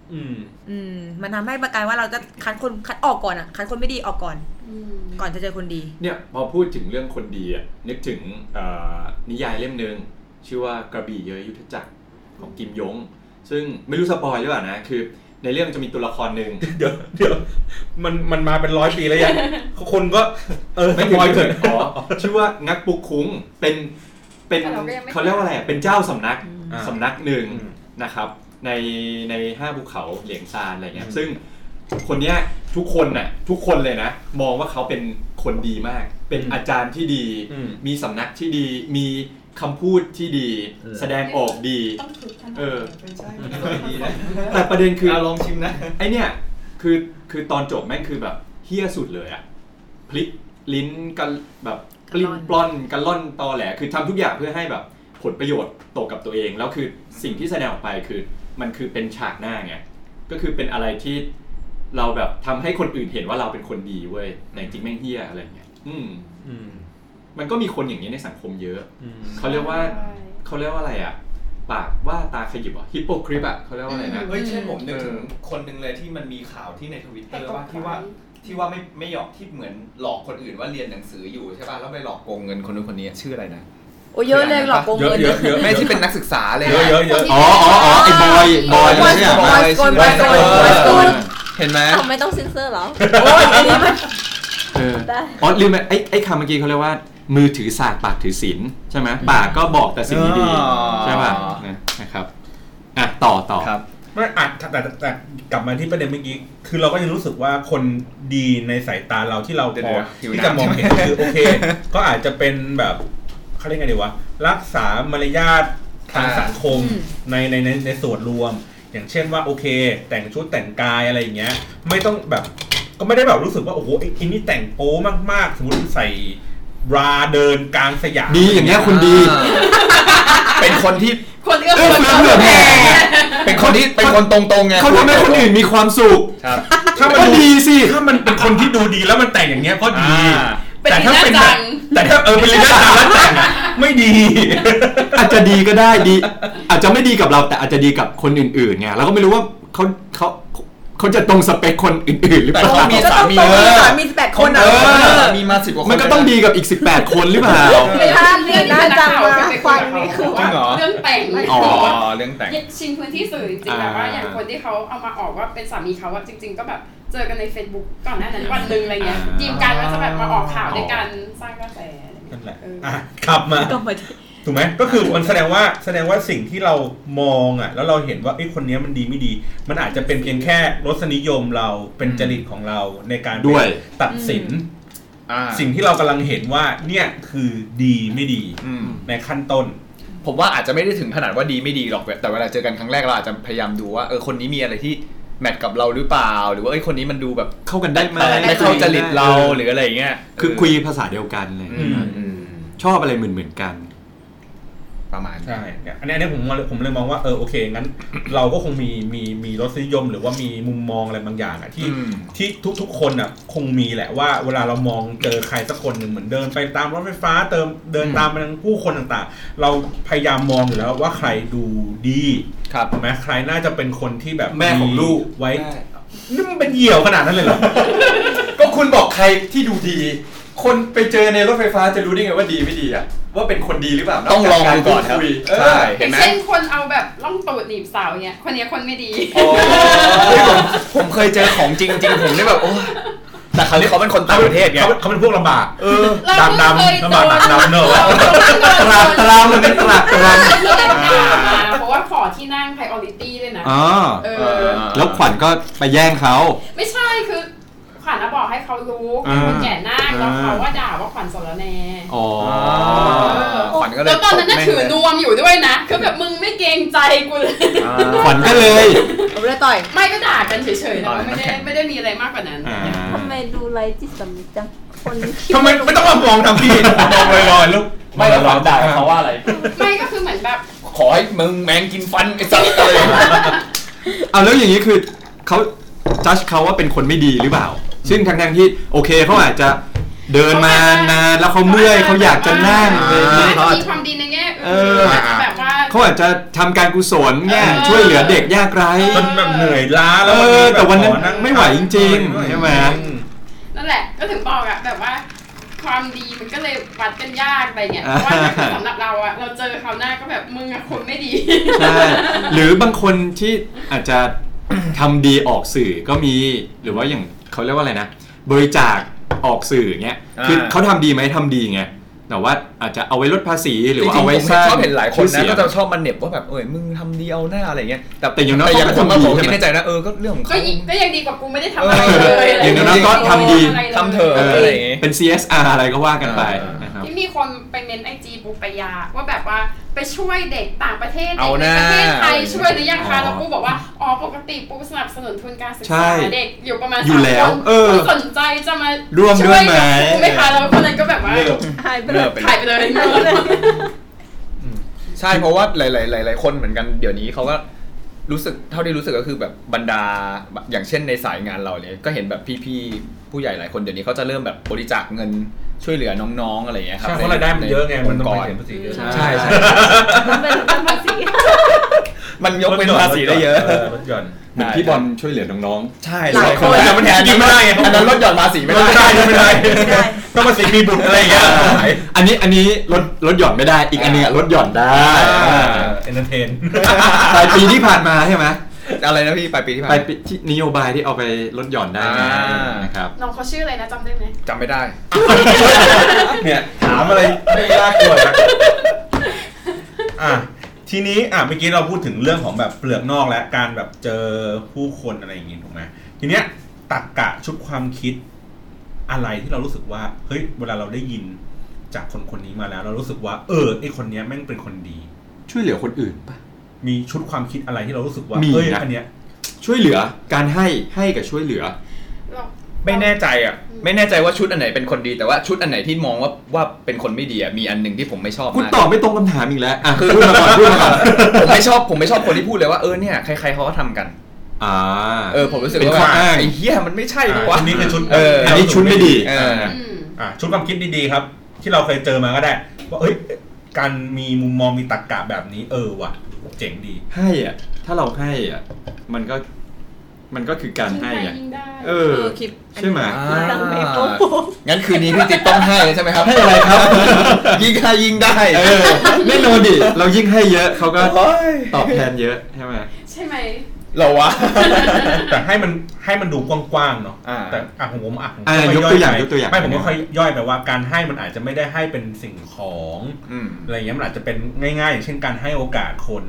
มันทำให้ประกันว่าเราจะคัดออกก่อนอ่ะคัดคนไม่ดีออกก่อนจะเจอคนดีเนี่ยพอพูดถึงเรื่องคนดีอ่ะนึกถึงนิยายเล่มนึงชื่อว่ากระบี่เยอยุทธจักรของกิมยงซึ่งไม่รู้สปอยหรือเปล่านะคือในเรื่องจะมีตัวละครหนึ่งเดี๋ยวมันมาเป็น100 ปีแล้วยังคนก็ไม่สปอยเกินชื่อว่างักปุกคุ้งเป็นเขาเรียกว่าอะไรเป็นเจ้าสำนักหนึ่งนะครับใน5ภูเขาเหลียงซานอะไรเงี้ยซึ่งคนเนี้ยทุกคนเลยนะมองว่าเขาเป็นคนดีมากเป็นอาจารย์ที่ดีมีสำนักที่ดีมีคำพูดที่ดีแสดงออกดีแต่ประเด็นคือลองชิมนะไอเนี้ยคือตอนจบแม่งคือแบบเหี้ยสุดเลยอะพลิกลิ้นกันแบบปลิ้นปล้อนกันล่อนตอแหลคือทำทุกอย่างเพื่อให้แบบผลประโยชน์ตกกับตัวเองแล้วคือสิ่งที่แสดงออกไปคือมันคือเป็นฉากหน้าไงก็คือเป็นอะไรที่เราแบบทำให้คนอื่นเห็นว่าเราเป็นคนดีเว้ยแต่จริงแม่งเหี้ยอะไรเงี้ยมันก็มีคนอย่างนี้ในสังคมเยอะเขาเรียกว่าอะไรอ่ะปากว่าตาขยิบอ่ะฮิปโปคริปอ่ะเขาเรียกว่าอะไรนะเช่นผมนึกถึงคนนึงเลยที่มันมีข่าวที่ใน Twitter ว่าที่ว่าไม่ยอมที่เหมือนหลอกคนอื่นว่าเรียนหนังสืออยู่ใช่ป่ะแล้วไปหลอกโกงเงินคนนู้นคนนี้ชื่ออะไรนะโอ้เยอะเลยหลอกโกงเงินเยอะไม่ที่เป็นนักศึกษาเลยเยอะอ๋อไอ้บอยอะไรเนี่ยเห็นไหมทำไมต้องเซ็นเซอร์เหรอโอ้ยอันนี้มันลืมไอ้คำเมื่อกี้เขาเรียกว่ามือถือศาสตร์ปากถือศีลใช่ไหมปากก็บอกแต่สิ่งดีๆใช่ป่ะนะครับต่อครับไม่แต่กลับมาที่ประเด็นเมื่อกี้คือเราก็ยังรู้สึกว่าคนดีในสายตาเราที่เราพอที่จะมองเห็นคือโอเคก็อาจจะเป็นแบบเขาเรียกไงดีวะรักษามารยาททางสังคมในส่วนรวมอย่างเช่นว่าโอเคแต่งชุดแต่งกายอะไรอย่างเงี้ยไม่ต้องแบบก็ไม่ได้แบบรู้สึกว่าโอ้โหไอ้นี่แต่งโป๊มากๆสมมติใส่ราเดินกลางสยามดีอย่างเงี้ยคนดีเป็นคนที่คนเอื้อเฟื้อแผ่เป็นคนที่เป็นคนตรงๆไงเขาทำให้คนอื่นมีความสุขถ้ามันดีสิถ้ามันเป็นคนที่ดูดีแล้วมันแต่งอย่างเงี้ยก็ดีแต่ถ้าเป็นแบบแต่ถ้าเป็นลีน่าจังแล้วแต่งไม่ดีอาจจะดีก็ได้ดีอาจจะไม่ดีกับเราแต่อาจจะดีกับคนอื่นๆไงเราก็ไม่รู้ว่าเขาจะตรงสเปคคนอื่นๆหรือเปล่ามีสามี18 คนมีมา10 กว่าคนมันก็ต้องดีกับอีก18 คนหรือเปล่าถ้าเรื่องน่าจังมาฟังนี่คือว่าเรื่องแต่งเรื่องแต่งชิงพื้นที่สื่อจริงๆแบบว่าอย่างคนที่เขาเอามาออกว่าเป็นสามีเขาว่าจริงๆก็แบบเจอกันใน Facebook ก่อนหน้านั้นวันนึงอะไรเงี้ยทีมกันก็จะแบบมาออกข่าวด้วยกันสร้างกระแสนั่นแหละขับมาถูกไหมก็คือมันแสดงว่าสิ่งที่เรามองอ่ะแล้วเราเห็นว่าไอ้คนนี้มันดีไม่ดีมันอาจจะเป็นเพียงแค่รสนิยมเราเป็นจริตของเราในการตัดสินสิ่งที่เรากำลังเห็นว่าเนี่ยคือดีไม่ดีในขั้นต้นผมว่าอาจจะไม่ได้ถึงขนาดว่าดีไม่ดีหรอกแต่เวลาเจอกันครั้งแรกเราอาจจะพยายามดูว่าคนนี้มีอะไรที่แมทกับเราหรือเปล่าหรือว่าคนนี้มันดูแบบเข้ากันได้ไหมไม่เข้าจริตเราหรืออะไรอย่างเงี้ยคือคุยภาษาเดียวกันเลยชอบอะไรเหมือนกันประมาณใช่อันนี้ผมเลยมองว่าโอเคงั้นเราก็คงมีรสนิยมหรือว่ามีมุมมองอะไรบางอย่างอ่ะที่ทุกคนอ่ะคงมีแหละว่าเวลาเรามองเจอใครสักคนหนึ่งเหมือนเดินไปตามรถไฟฟ้าเดินตามไปทางผู้คนต่างๆเราพยายามมองอยู่แล้วว่าใครดูดีถูกไหมใครน่าจะเป็นคนที่แบบแม่ของลูกไว้นี่มันเป็นเหี่ยวขนาดนั้นเลยเหรอก็คุณบอกใครที่ดูดีคนไปเจอในรถไฟฟ้าจะรู้ได้ไงว่าดีไม่ดีอ่ะว่าเป็นคนดีหรือเปล่าต้องลองดูก่อนครับใช่เห็นไหมเช่นคนเอาแบบล่องตูดหนีบสาวเงี้ยคนนี้คนไม่ดีผมเคยเจอของจริงๆผมได้แบบโอ้แต่เขาเป็นคนต่างประเทศไงเขาเป็นพวกลำบากดำลำบากเนอะตลาดมันเป็นตลาดเพราะว่าขอที่นั่ง priority ด้วยนะแล้วขวัญก็ไปแย่งเขาไม่ใช่คือขวัญบอกให้เขารู้คนแก่หน้าแล้วเขาว่าด่าว่าขวัญสรแนขวัญก็เลยแล้วตอนนั้นน่ะถือนวมอยู่ด้วยนะคือแบบมึงไม่เกรงใจกูเลยขวัญก็เลยผมเลยต่อยไม่ก็ด่ากันเฉยๆนะไม่ได้มีอะไรมากกว่านั้นทำไมดูไร้จิตสำนึกจังคนทำไมไม่ต้องมามองทำพี่มองลอยๆลูกไม่แล้วขวัญด่าเขาว่าอะไรไม่ก็คือเหมือนแบบขอให้มึงแมงกินฟันไอ้สัตว์อะไรเอาแล้วอย่างนี้คือเขาจัดเขาว่าเป็นคนไม่ดีหรือเปล่าซึ่งทั้งที่โอเคเขาอาจจะเดินมานานแล้วเขาเมื่อยเขาอยากจะนั่งอะไรอย่างเงี้ยเขามีความดีในแง่แบบว่าเขาอาจจะทำการกุศลเนี่ยช่วยเหลือเด็กยากไร้จนแบบเหนื่อยล้าแล้วแต่วันนั้นไม่ไหวจริงๆใช่ไหมนั่นแหละก็ถึงบอกอะแบบว่าความดีมันก็เลยวัดกันยากอะไรเงี้ยเพราะว่าสำหรับเราอะเราเจอเขาหน้าก็แบบมึงอะคนไม่ดีใช่หรือบางคนที่อาจจะทำดีออกสื่อก็มีหรือว่าอย่างเขาเรียกว่าอะไรนะบริจาคออกสื่อเงี้ยคือเขาทำดีไหมทำดีไงแต่ว่าอาจจะเอาไว้ลดภาษีหรือว่าเอาไว้สร้างชอบเห็นหลายคนนะก็จะชอบมันเหน็บว่าแบบมึงทำดีเอาหน้าอะไรเงี้ยแต่อย่างน้อยคนมาบอกคิดในใจนะก็เรื่องของเขาก็ยังดีกว่ากูไม่ได้ทำอะไรเลยอย่างน้อยก็ทำดีทำเถอะอะไรอย่างเงี้ยเป็น CSR อะไรก็ว่ากันไปที่มีคนไปเม้น IG ปูปยาว่าแบบว่าไปช่วยเด็กต่างประเทศเด็กในประเทศไทยช่วยหรือยังคะแล้วปูบอกว่าปกติปูสนับสนุนทุนการศึกษาเด็กอยู่ประมาณ3 คนปูสนใจจะมาร่วมด้วยไหมปูไม่คะแล้วคนนั้นก็แบบว่าหายไปเลยใช่เพราะว่าหลายคนเหมือนกันเดี๋ยวนี้เขาก็รู้สึกเท่าที่รู้สึกก็คือแบบบรรดาอย่างเช่นในสายงานเราเนี่ยก็เห็นแบบพี่ๆผู้ใหญ่หลายคนเดี๋ยวนี้เขาจะเริ่มแบบบริจาคเงินช่วยเหลือน้องๆอะไรอย่างเงี้ยครับเพราะรายได้มันเยอะไงมันต้องเสียภาษีเยอะใช่มันเป็นภาษีมันยกเป็นภาษีได้เยอะลดหย่อนเหมือนพี่บอลช่วยเหลือน้องๆใช่หลายคนแต่มันกินไม่ได้อันนั้นลดหย่อนภาษีไม่ได้ต้องภาษีมีบุตรอะไรอย่างเงี้ยอันนี้ลดหย่อนไม่ได้อีกอันนึงลดหย่อนได้เอนเตอร์เทนปลายปีที่ผ่านมาใช่ไหมอะไรนะพี่ปลายปีที่ผ่านมาที่นโยบายที่เอาไปลดหย่อนได้นะครับน้องเขาชื่ออะไรนะจำได้ไหมจำไม่ได้เนี่ยถามอะไรไม่ยากกว่าทีนี้เมื่อกี้เราพูดถึงเรื่องของแบบเปลือกนอกและการแบบเจอผู้คนอะไรอย่างงี้ถูกไหมทีเนี้ยตรรกะชุดความคิดอะไรที่เรารู้สึกว่าเฮ้ยเวลาเราได้ยินจากคนนี้มาแล้วเรารู้สึกว่าไอ้คนเนี้ยแม่งเป็นคนดีช่วยเหลือคนอื่นปะมีชุดความคิดอะไรที่เรารู้สึกว่าอันเนี้ยช่วยเหลือการให้กับช่วยเหลือไม่แน่ใจไม่แน่ใจว่าชุดอันไหนเป็นคนดีแต่ว่าชุดอันไหนที่มองว่าเป็นคนไม่ดีมีอันนึงที่ผมไม่ชอบมากคุณตอบไม่ตรงคำถามอีกแล้วคือพูดมาก่อนผมไม่ชอบคนที่พูดเลยว่าเนี่ยใครๆเขาก็ทำกันผมรู้สึกว่าไอ้เหี้ยมันไม่ใช่หรอกวะนี่คือชุดอันนี้ชุดไม่ดีชุดความคิดดีๆครับที่เราเคยเจอมาก็ได้ว่าการมีมุมมองมีตรรกะแบบนี้ว่ะเจ๋งดีให้ถ้าเราให้มันก็คือการให้คิดใช่ไหมงั้นคืนนี้พี่ติ๊กต้องให้ใช่ไหมครับให้อะไรครับยิ่งให้ยิ่งได้แน่นอนดิเรายิ่งให้เยอะเขาก็ตอบแทนเยอะใช่ไหมเราวะแต่ให้มันดูกว้างๆเนาะแต่ของผมยกตัวอย่างไม่ผมก็ค่อยย่อยไปว่าการให้มันอาจจะไม่ได้ให้เป็นสิ่งของอะไรเงี้ยมันอาจจะเป็นง่ายๆอย่างเช่นการให้โอกาสคน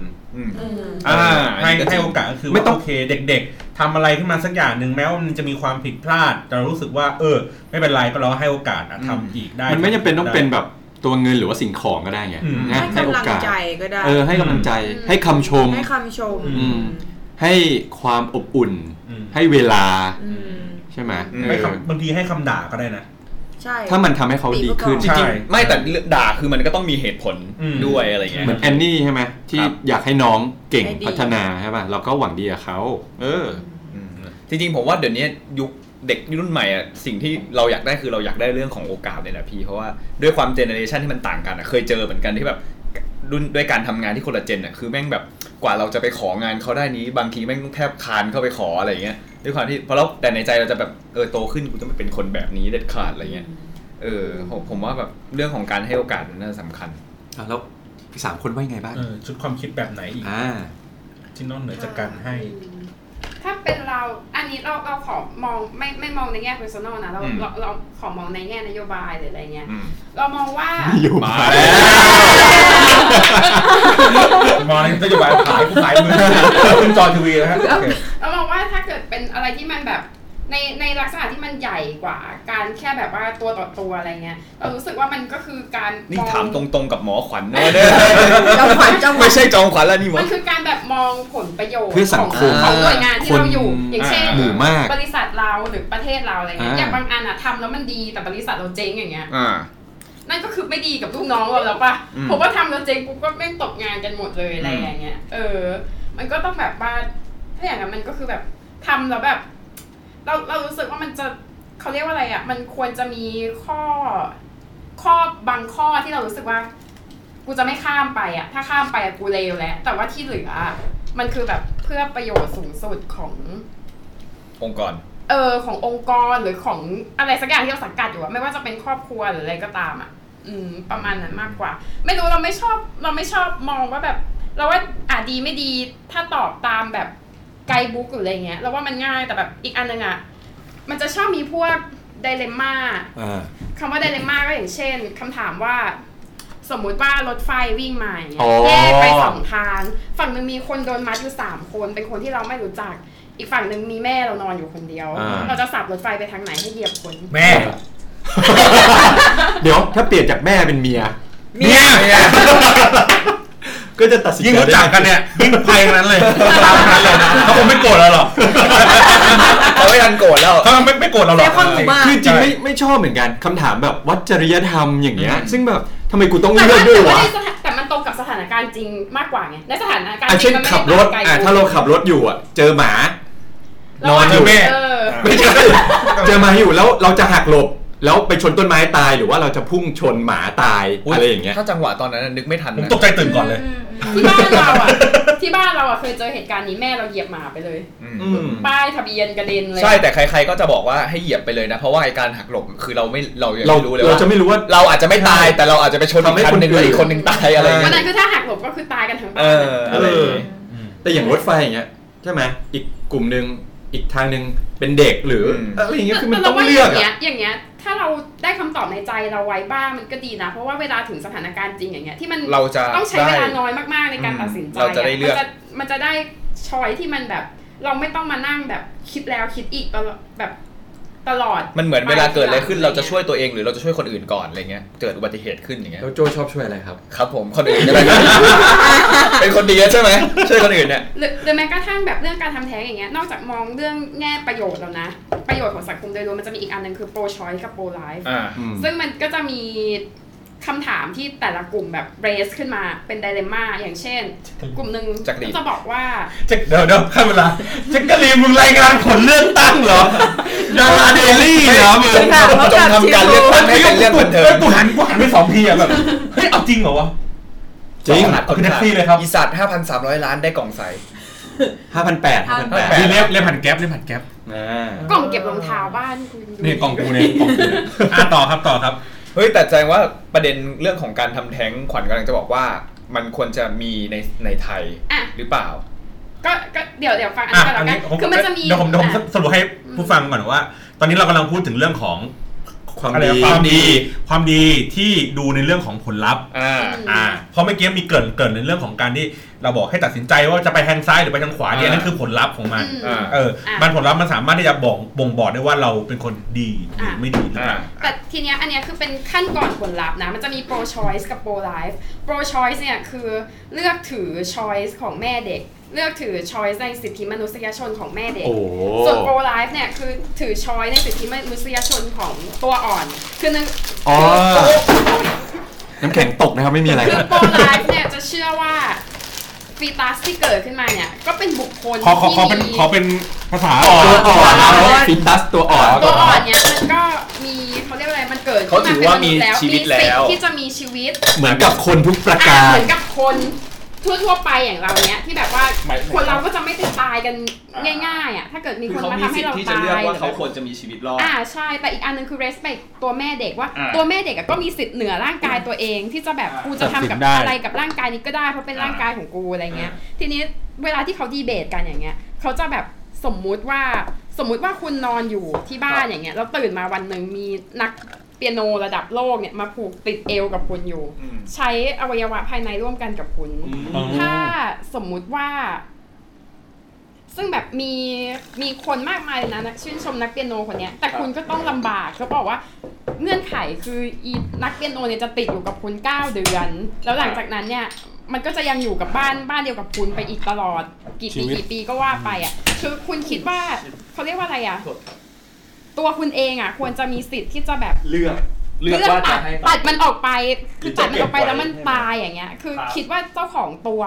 ให้โอกาสก็คือไม่ต้องโอเคเด็กๆทำอะไรขึ้นมาสักอย่างหนึ่งแม้ว่ามันจะมีความผิดพลาดแต่เรารู้สึกว่าไม่เป็นไรก็เราให้โอกาสทำอีกได้มันไม่จำเป็นต้องเป็นแบบตัวเงินหรือว่าสิ่งของก็ได้ไงให้กำลังใจก็ได้ให้กำลังใจให้คำชมให้ความอบอุ่นให้เวลาใช่ไหมบางทีให้คำด่าก็ได้นะถ้ามันทำให้เขาดีขึ้นจริงๆไม่แต่ด่าคือมันก็ต้องมีเหตุผลด้วยอะไรเงี้ยเหมือนแอนนี่ใช่ไหมที่อยากให้น้องเก่งพัฒนาใช่ป่ะเราก็หวังดีกับเขาจริงๆผมว่าเดี๋ยวนี้ยุคเด็กรุ่นใหม่สิ่งที่เราอยากได้คือเราอยากได้เรื่องของโอกาสเนี่ยแหละพี่เพราะว่าด้วยความเจเนอเรชันที่มันต่างกันเคยเจอเหมือนกันที่แบบรุ่นด้วยการทำงานที่คนละเจนคือแม่งแบบกว่าเราจะไปของานเขาได้นี้บางทีแม่งต้องแทบคานเข้าไปขออะไรเงี้ยด้วยความที่เพราะเราแต่ในใจเราจะแบบโตขึ้นกูจะไม่เป็นคนแบบนี้เด็ดขาดอะไรเงี้ยผมว่าแบบเรื่องของการให้โอกาสมันน่าสำคัญแล้วพี่3คนว่ายังไงบ้างชุดความคิดแบบไหนอีกที่นอกเหนือจากการให้ถ้าเป็นเราอันนี้เราขอมองไม่มองในแง่ personal นะเราขอมองในแง่นโยบายหรืออะไรเงี้ยเรามองว่านโยบายมองนโยบายขายมือขึ้นจอทีวีนะฮะเรามองว่าถ้าเกิดเป็นอะไรที่มันแบบในลักษณะที่มันใหญ่กว่าการแค่แบบว่าตัวต่อตัวอะไรเงี้ยเรารู้สึกว่ามันก็คือการนี่ถามตรงๆกับหมอขวัญนะจอมขวัญไม่ใช่จอมขวัญแล้วนี่มันคือการแบบมองผลประโยชน์ของหน่วยงานที่เราอยู่อย่างเช่นหมู่มากบริษัทเราหรือประเทศเราอะไรเงี้ยอย่างบางอันทำแล้วมันดีแต่บริษัทเราเจ๊งอย่างเงี้ยนั่นก็คือไม่ดีกับลูกน้องเราแล้วป่ะผมว่าทำแล้วเจ๊งปุ๊บก็แม่งตกงานกันหมดเลยอะไรอย่างเงี้ยมันก็ต้องแบบว่าถ้าอย่างนั้นมันก็คือแบบทำแล้วแบบเรารู้สึกว่ามันจะเขาเรียกว่าอะไรมันควรจะมีข้อบางข้อที่เรารู้สึกว่ากูจะไม่ข้ามไปอ่ะถ้าข้ามไปอ่ะกูเลวแล้วแต่ว่าที่เหลือมันคือแบบเพื่อประโยชน์สูงสุดขององค์กรขององค์กรหรือของอะไรสักอย่างที่เราสังกัดอยู่อะไม่ว่าจะเป็นครอบครัวหรืออะไรก็ตามอ่ะประมาณนั้นมากกว่าไม่รู้เราไม่ชอบมองว่าแบบเราว่าดีไม่ดีถ้าตอบตามแบบไกด์บุ๊กหรืออะไรเงี้ยเราว่ามันง่ายแต่แบบอีกอันนึงอ่ะมันจะชอบมีพวกไดเลมม่าคำว่าไดเลมม่าก็อย่างเช่นคำถามว่าสมมุติว่ารถไฟวิ่งมาอย่างเงี้ยแยกไป2ทางฝั่งนึงมีคนโดนมัดอยู่3คนเป็นคนที่เราไม่รู้จักอีกฝั่งนึงมีแม่เรานอนอยู่คนเดียวเราจะสับรถไฟไปทางไหนให้เหยียบคนแม่เดี๋ยวถ้าเปลี่ยนจากแม่เป็นเมียก็จะตัดสินใจยิ่งรู้จักกันเนี่ยยิ่งภัยนั้นเลยตามนั้นเลยนะเขาคงไม่โกรธเราหรอกเขาไม่ทันโกรธแล้วเขาไม่โกรธเราหรอกคือจริงไม่ชอบเหมือนกันคำถามแบบวัดจริยธรรมอย่างเงี้ยซึ่งแบบทำไมกูต้องเลือกด้วยวะแต่มันตรงกับสถานการณ์จริงมากกว่าไงในสถานการณ์จริงเช่นขับรถถ้าเราขับรถอยู่เจอหมานอนอยู่ไม่ใช่เจอหมาอยู่แล้วเราจะหักหลบแล้วไปชนต้นไม้ตายหรือว่าเราจะพุ่งชนหมาตายอะไรอย่างเงี้ยถ้าจังหวะตอนนั้นนึกไม่ทันผมตกใจตื่นก่อนเลยที่บ้านเราเคยเจอเหตุการณ์นี้แม่เราเหยียบหมาไปเลยป้ายทะเบียนกระเด็นเลยใช่แต่ใครๆก็จะบอกว่าให้เหยียบไปเลยนะเพราะว่าการหักหลบคือเรายังไม่รู้เลยว่าเราจะไม่รู้ว่าเราอาจจะไม่ตายแต่เราอาจจะไปชนอีกคนนึงแล้วอีกคนนึงตายอะไรอย่างเงี้ยนั่นคือถ้าหักหลบก็คือตายกันทั้งบ้านแต่อย่างรถไฟอย่างเงี้ยใช่ไหมอีกกลุ่มนึงอีกทางนึงเป็นเด็กหรืออะไรอย่างเงี้ยคือมันต้องเลือกอย่างเงี้ยถ้าเราได้คำตอบในใจเราไว้บ้างมันก็ดีนะเพราะว่าเวลาถึงสถานการณ์จริงอย่างเงี้ยที่มันต้องใช้เวลาน้อยมากๆในการตัดสินใจมันจะได้ช้อยที่มันแบบเราไม่ต้องมานั่งแบบคิดแล้วคิดอีกแบบตลอดมันเหมือนเวลาเกิดอะไรขึ้นเราจะช่วยตัวเองหรือเราจะช่วยคนอื่นก่อนอะไรเงี้ยเกิดอุบัติเหตุขึ้นอย่างเงี้ยแล้วโจชอบช่วยอะไรครับครับผมคนอื่นอะไรเป็นคนดีใช่ไหมช่วยคนอื่นเนี่ยหรือแม้กระทั่งแบบเรื่องการทำแท้งอย่างเงี้ยนอกจากมองเรื่องแง่ประโยชน์แล้วนะประโยชน์ของสังคมโดยรวมมันจะมีอีกอันนึงคือ pro choice กับ pro life ซึ่งมันก็จะมีคำถามที่แต่ละกลุ่มแบบ raise ขึ้นมาเป็นไดเลมม่าอย่างเช่นกลุ่มนึงจะบอกว่าเดี๋ยวข้ามเวลาจักรีมึงรายงานผลเลือกตั้งเหรอดาราเดลี่เหรอมึงจงทำการเลือกตั้งให้เป็นเรื่องบันเทิงกูหันไป2ทีแบบเฮ้ยเอาจริงเหรอวะจริงคือแท็กซี่เลยครับอีสัตว์ 5,300 ล้านได้กล่องใส 5,800 เรียกผ่านแก๊ปกล่องเก็บรองเท้าบ้านคุณนี่กล่องกูเนี่ยกล่องกูต่อครับเฮ้ยแต่แสดงว่าประเด็นเรื่องของการทำแท้งขวัญกำลังจะบอกว่ามันควรจะมีในไทยหรือเปล่าก็เดี๋ยวฟังอันนี้ก่อนแล้วกันคือมันจะมีเดี๋ยวผมสรุปให้ผู้ฟังก่อนว่าตอนนี้เรากำลังพูดถึงเรื่องของความดีที่ดูในเรื่องของผลลัพธ์เพราะเมื่อกี้มีเกิดในเรื่องของการที่เราบอกให้ตัดสินใจว่าจะไปทางซ้ายหรือไปทางขวาเนี่ยนั่นคือผลลัพธ์ของมันมันผลลัพธ์มันสามารถที่จะบ่งบอกได้ว่าเราเป็นคนดีหรือไม่ดีหรือเปล่าแต่ทีเนี้ยอันเนี้ยคือเป็นขั้นก่อนผลลัพธ์นะมันจะมี pro choice กับ pro life pro choice เนี่ยคือเลือกถือ choice ของแม่เด็กเลือกถือ choice ในสิทธิมนุษยชนของแม่เด็กส่วน pro life เนี่ยคือถือ choice ในสิทธิมนุษยชนของตัวอ่อนคือนึงน้ำแข็งตกนะครับไม่มีอะไรคือ pro life เนี่ยจะเชื่อว่าฟีตัสที่เกิดขึ้นมาเนี่ยก็เป็นบุคคลที่ขอเป็นภาษาตัวอ่อนฟีตัสตัวอ่อนเนี่ยมันก็มีเขาเรียกอะไรมันเกิดขึ้นมาเป็นมนุษย์แล้วมีสิทธิ์ที่จะมีชีวิตเหมือนกับคนทุกประการเหมือนกับคนทั่วไปอย่างเราเนี้ยที่แบบว่าคนเราก็จะไม่ตายกันง่ายๆอ่ะถ้าเกิดมีคนมาทำให้เราตายว่าเขาควรจะมีชีวิตรอดใช่แต่อีกอันนึงคือ respect ตัวแม่เด็กว่าตัวแม่เด็กก็มีสิทธิ์เหนือร่างกายตัวเองที่จะแบบกูจะทำกับอะไรกับร่างกายนี้ก็ได้เพราะเป็นร่างกายของกูอะไรเงี้ยทีนี้เวลาที่เขาดีเบตกันอย่างเงี้ยเขาจะแบบสมมุติว่าคุณนอนอยู่ที่บ้านอย่างเงี้ยแล้วตื่นมาวันนึงมีนักเปียโนระดับโลกเนี่ยมาผูกติดเอวกับคุณอยู่ใช้อวัยวะภายในร่วมกันกับคุณถ้าสมมุติว่าซึ่งแบบมีคนมากมายนะชื่นชมนักเปียโนคนนี้แต่คุณก็ต้องลำบากเขาบอกว่าเงื่อนไขคืออีนักเปียโนเนี่ยจะติดอยู่กับคุณ9 เดือนแล้วหลังจากนั้นเนี่ยมันก็จะยังอยู่กับบ้านเดียวกับคุณไปอีกตลอดกี่ปีก็ว่าไปอ่ะคือคุณคิดว่าเขาเรียกว่าอะไรอ่ะตัวคุณเองอ่ะควรจะมีสิทธิ์ที่จะแบบเลือกว่าจะให้ตัดมันออกไปคือตัดมันออกไปแล้วมันตายอย่างเงี้ยคือคิดว่าเจ้าของตัว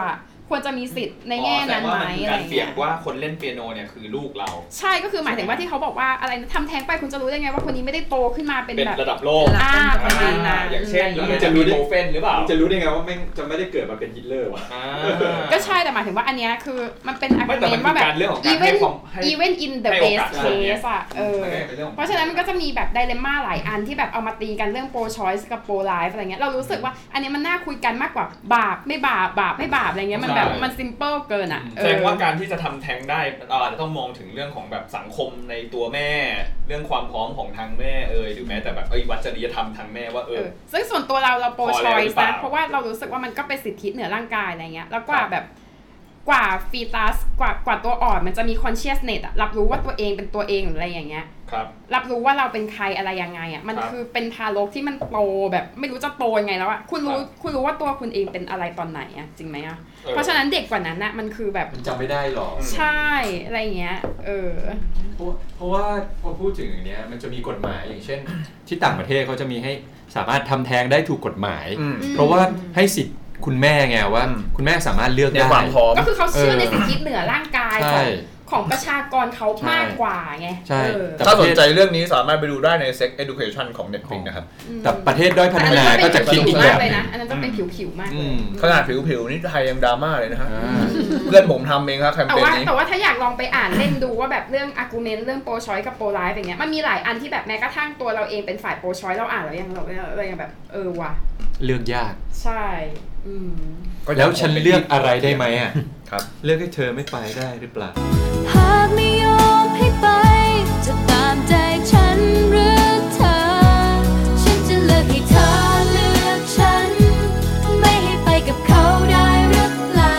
ควรจะมีสิทธิ์ในแง่นั้นไหมอะไรอย่างเงี้ยการเปรียบว่าคนเล่นเปียโนเนี่ยคือลูกเราใช่ก็คือหมายถึงว่าที่เขาบอกว่าอะไรทำแท้งไปคุณจะรู้ได้ไงว่าคนนี้ไม่ได้โตขึ้นมาเป็นแบบระดับโลกประมาณนั้นอย่างเช่นจะรู้ได้เฟนหรือเปล่าจะรู้ได้ไงว่าแม่งจะไม่ได้เกิดมาเป็นฮิตเลอร์วะก็ใช่แต่หมายถึงว่าอันเนี้ยคือมันเป็นอาร์กิวเมนต์ว่าแบบ even in the best case อ่ะเพราะฉะนั้นมันก็จะมีแบบไดเลมม่าหลายอันที่แบบเอามาตีกันเรื่อง pro choice กับ pro life อะไรเงี้ยเรารู้สึกว่าอันนี้มันน่าคุยกันมากกว่าบาปไม่บาปบาปไม่บาปอะไรเงี้ยมันแบบมัน simple เกินอ่ะแสดงว่าการที่จะทำแท้งได้เราอาจจะต้องมองถึงเรื่องของแบบสังคมในตัวแม่เรื่องความพร้อมของทางแม่หรือแม้แต่แบบวัจริยธรรมทางแม่ว่าซึ่งส่วนตัวเรา pro choice นะเพราะว่าเรารู้สึกว่ามันก็เป็นสิทธิเหนือร่างกายอะไรเงี้ยแล้วก็แบบกว่าฟีตัสกว่าตัวอ่อนมันจะมี consciousness อะรับรู้ว่าตัวเองเป็นตัวเองหรืออะไรอย่างเงี้ยรับรู้ว่าเราเป็นใครอะไรยังไงอะมันคือเป็นทารกที่มันโตแบบไม่รู้จะโตยังไงแล้วอะคุณรู้ว่าตัวคุณเองเป็นอะไรตอนไหนอะจริงไหมอะเพราะฉะนั้นเด็กกว่านั้นนะมันคือแบบจำไม่ได้หรอใช่อะไรเงี้ยเพราะว่าพอพูดถึงอย่างเนี้ยมันจะมีกฎหมายอย่างเช่นที่ต่างประเทศเขาจะมีให้สามารถทำแท้งได้ถูกกฎหมายเพราะว่าให้สิทธิ์คุณแม่ไงว่าคุณแม่สามารถเลือกได้ก็คือเขาเชื่อในสิทธิเหนือร่างกายของประชากรเขามากกว่าไงถ้าสนใจเรื่องนี้สามารถไปดูได้ใน Sex Education ของ Netflix นะครับแต่ประเทศด้อยพัฒนาก็จะคิดอีกแบบเลยนะอันนั้นจะเป็นผิวๆมากขนาดผิวๆนี่ไทยยังดราม่าเลยนะฮะเพื่อนผมทำเองครับแคมเปญนี้แต่ว่าถ้าอยากลองไปอ่านเล่นดูว่าแบบเรื่อง argument เรื่อง pro choice กับ pro life อย่างเงี้ยมันมีหลายอันที่แบบแม้กระทั่งตัวเราเองเป็นฝ่าย pro choice เราอ่านแล้วยังแบบว่ะเลือกยากใช่แล้วฉันเลือกอะไรได้ไหมอ่ะครับเลือกให้เธอไม่ไปได้หรือเปล่าหากไม่ยอมให้ไปจะตามใจฉันหรือเธอฉันจะเลือกให้เธอเลือกฉันไม่ให้ไปกับเขาได้หรือเปล่า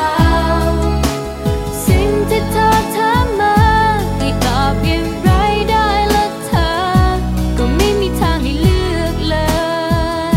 สิ่งที่เธอถามมาให้ตอบอย่างไรได้ละเธอก็ไม่มีทางให้เลือกเลย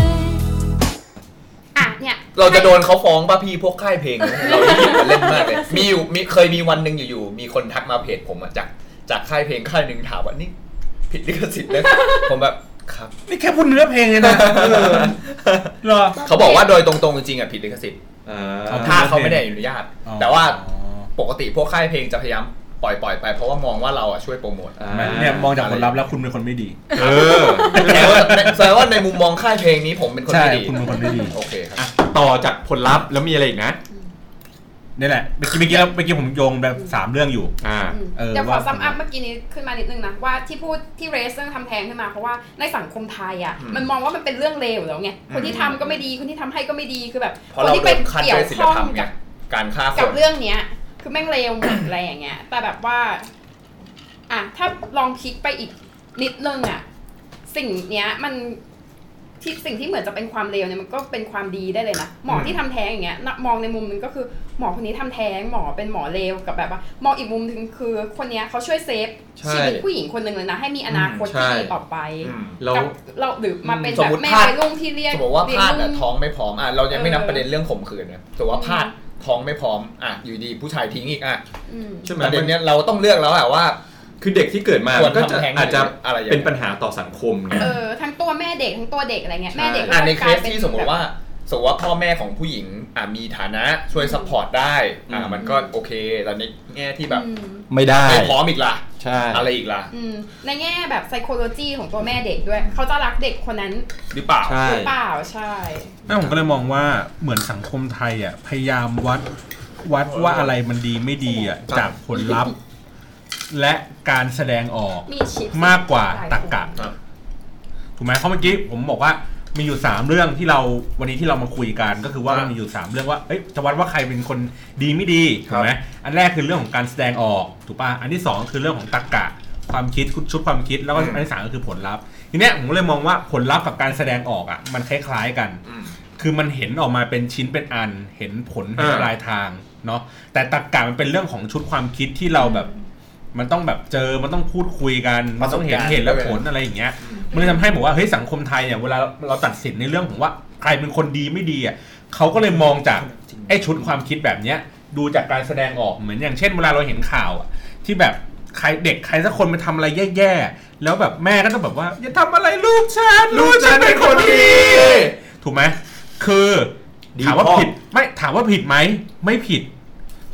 เราจะโดนเขาฟ้องป่ะพี่พวกค่ายเพลงเราได้ยินมาเล่นมากเลยเคยมีวันนึงอยู่ๆมีคนทักมาเพจผมจากค่ายเพลงค่ายนึงถามว่านี่ผิดลิขสิทธิ์เลยผมแบบครับนี่แค่พูดเนื้อเพลงเลยนะเหรอเขาบอกว่าโดยตรงๆจริงๆอ่ะผิดลิขสิทธิ์ถ้าเขาไม่ได้อนุญาตแต่ว่าปกติพวกค่ายเพลงจะพยายามปล่อยไปเพราะว่ามองว่าเราอ่ะช่วยโปรโมทเนี่ยมองจากผลลัพธ์แล้วคุณเป็นคนไม่ดีแสดงว่าในมุมมองค่ายเพลงนี้ผมเป็นคนไม่ดีคุณเป็นคนไม่ดีโอเคครับต่อจากผลลัพธ์แล้วมีอะไรอีกนะนี่แหละเมื่อกี้ผมโยงแบบ3เรื่องอยู่เดี๋ยวขอซัมอัพเมื่อกี้นี้ขึ้นมานิดนึงนะว่าที่พูดที่เรสเรื่องทำแท้งขึ้นมาเพราะว่าในสังคมไทยอ่ะมันมองว่ามันเป็นเรื่องเลวแล้วไงคนที่ทำก็ไม่ดีคนที่ทำให้ก็ไม่ดีคือแบบคนที่เป็นเกี่ยวข้องกับการฆ่าคนกับเรื่องเนี้ยคือแม่งเลวหมดอะไรอย่างเงี้ยแต่แบบว่าถ้าลองพลิกไปอีกนิดนึงสิ่งเนี้ยมันสิ่งที่เหมือนจะเป็นความเลวเนี่ยมันก็เป็นความดีได้เลยนะหมอที่ทำแท้งอย่างเงี้ยมองในมุมนึงก็คือหมอคนนี้ทำแท้งหมอเป็นหมอเลวกับแบบว่ามองอีกมุมนึงคือคนนี้เขาช่วยเซฟชีวิตผู้หญิงคนนึงเลยนะให้มีอนาคตที่ดีต่อไปเราหรือมาเป็นแบบแม่วัยรุ่นที่เรียกสมมติว่าพลาดท้องไม่พร้อมเรายังไม่นับประเด็นเรื่องข่มขืนนะแต่ว่าพลาดท้องไม่พร้อมอยู่ดีผู้ชายทิ้งอีกใช่ไหมประเด็นเนี้ยเราต้องเลือกแล้วว่าคือเด็กที่เกิดมาก็อาจจะเป็นปัญหาต่อสังคมไงทั้งตัวแม่เด็กทั้งตัวเด็กอะไรเงี้ยแม่เด็กในเคสที่สมมติว่าพ่อแม่ของผู้หญิงมีฐานะช่วยซัพพอร์ตได้มันก็โอเคแต่ในแง่ที่แบบไม่ได้ไม่พร้อมอีกล่ะใช่อะไรอีกล่ะในแง่แบบ psychology ของตัวแม่เด็กด้วยเขาจะรักเด็กคนนั้นหรือเปล่าใช่แม่ผมก็เลยมองว่าเหมือนสังคมไทยพยายามวัดว่าอะไรมันดีไม่ดีจากผลลัพธ์และการแสดงออกมากกว่าตรรกะถูกไหมเพราะเมื่อกี้ผมบอกว่ามีอยู่3เรื่องที่เราวันนี้ที่เรามาคุยกันก็คือว่ามันมีอยู่3เรื่องว่าจะวัดว่าใครเป็นคนดีไม่ดีถูกไหมอันแรกคือเรื่องของการแสดงออกถูกป่ะอันที่2คือเรื่องของตรรกะความคิดชุดความคิดแล้วก็อันที่3ก็คือผลลัพธ์ทีเนี้ยผมเลยมองว่าผลลัพธ์กับการแสดงออกมันคล้ายๆกันคือมันเห็นออกมาเป็นชิ้นเป็นอันเห็นผลเห็นปลายทางเนาะแต่ตรรกะมันเป็นเรื่องของชุดความคิดที่เราแบบมันต้องแบบมันต้องพูดคุยกันมันต้องเห็นเหตุและผลอะไรอย่างเงี้ยมันเลยทำให้บอกว่าเฮ้ยสังคมไทยเนี่ยเวลาเราตัดสินในเรื่องของว่าใครเป็นคนดีไม่ดีเขาก็เลยมองจากไอ้ชุดความคิดแบบเนี้ยดูจากการแสดงออกเหมือนอย่างเช่นเวลาเราเห็นข่าวที่แบบใครเด็กใครสักคนไปทำอะไรแย่ๆแล้วแบบแม่ก็ต้องแบบว่าอย่าทำอะไรลูกฉันเป็นคนดีถูกไหมคือถามว่าผิดไหมไม่ผิด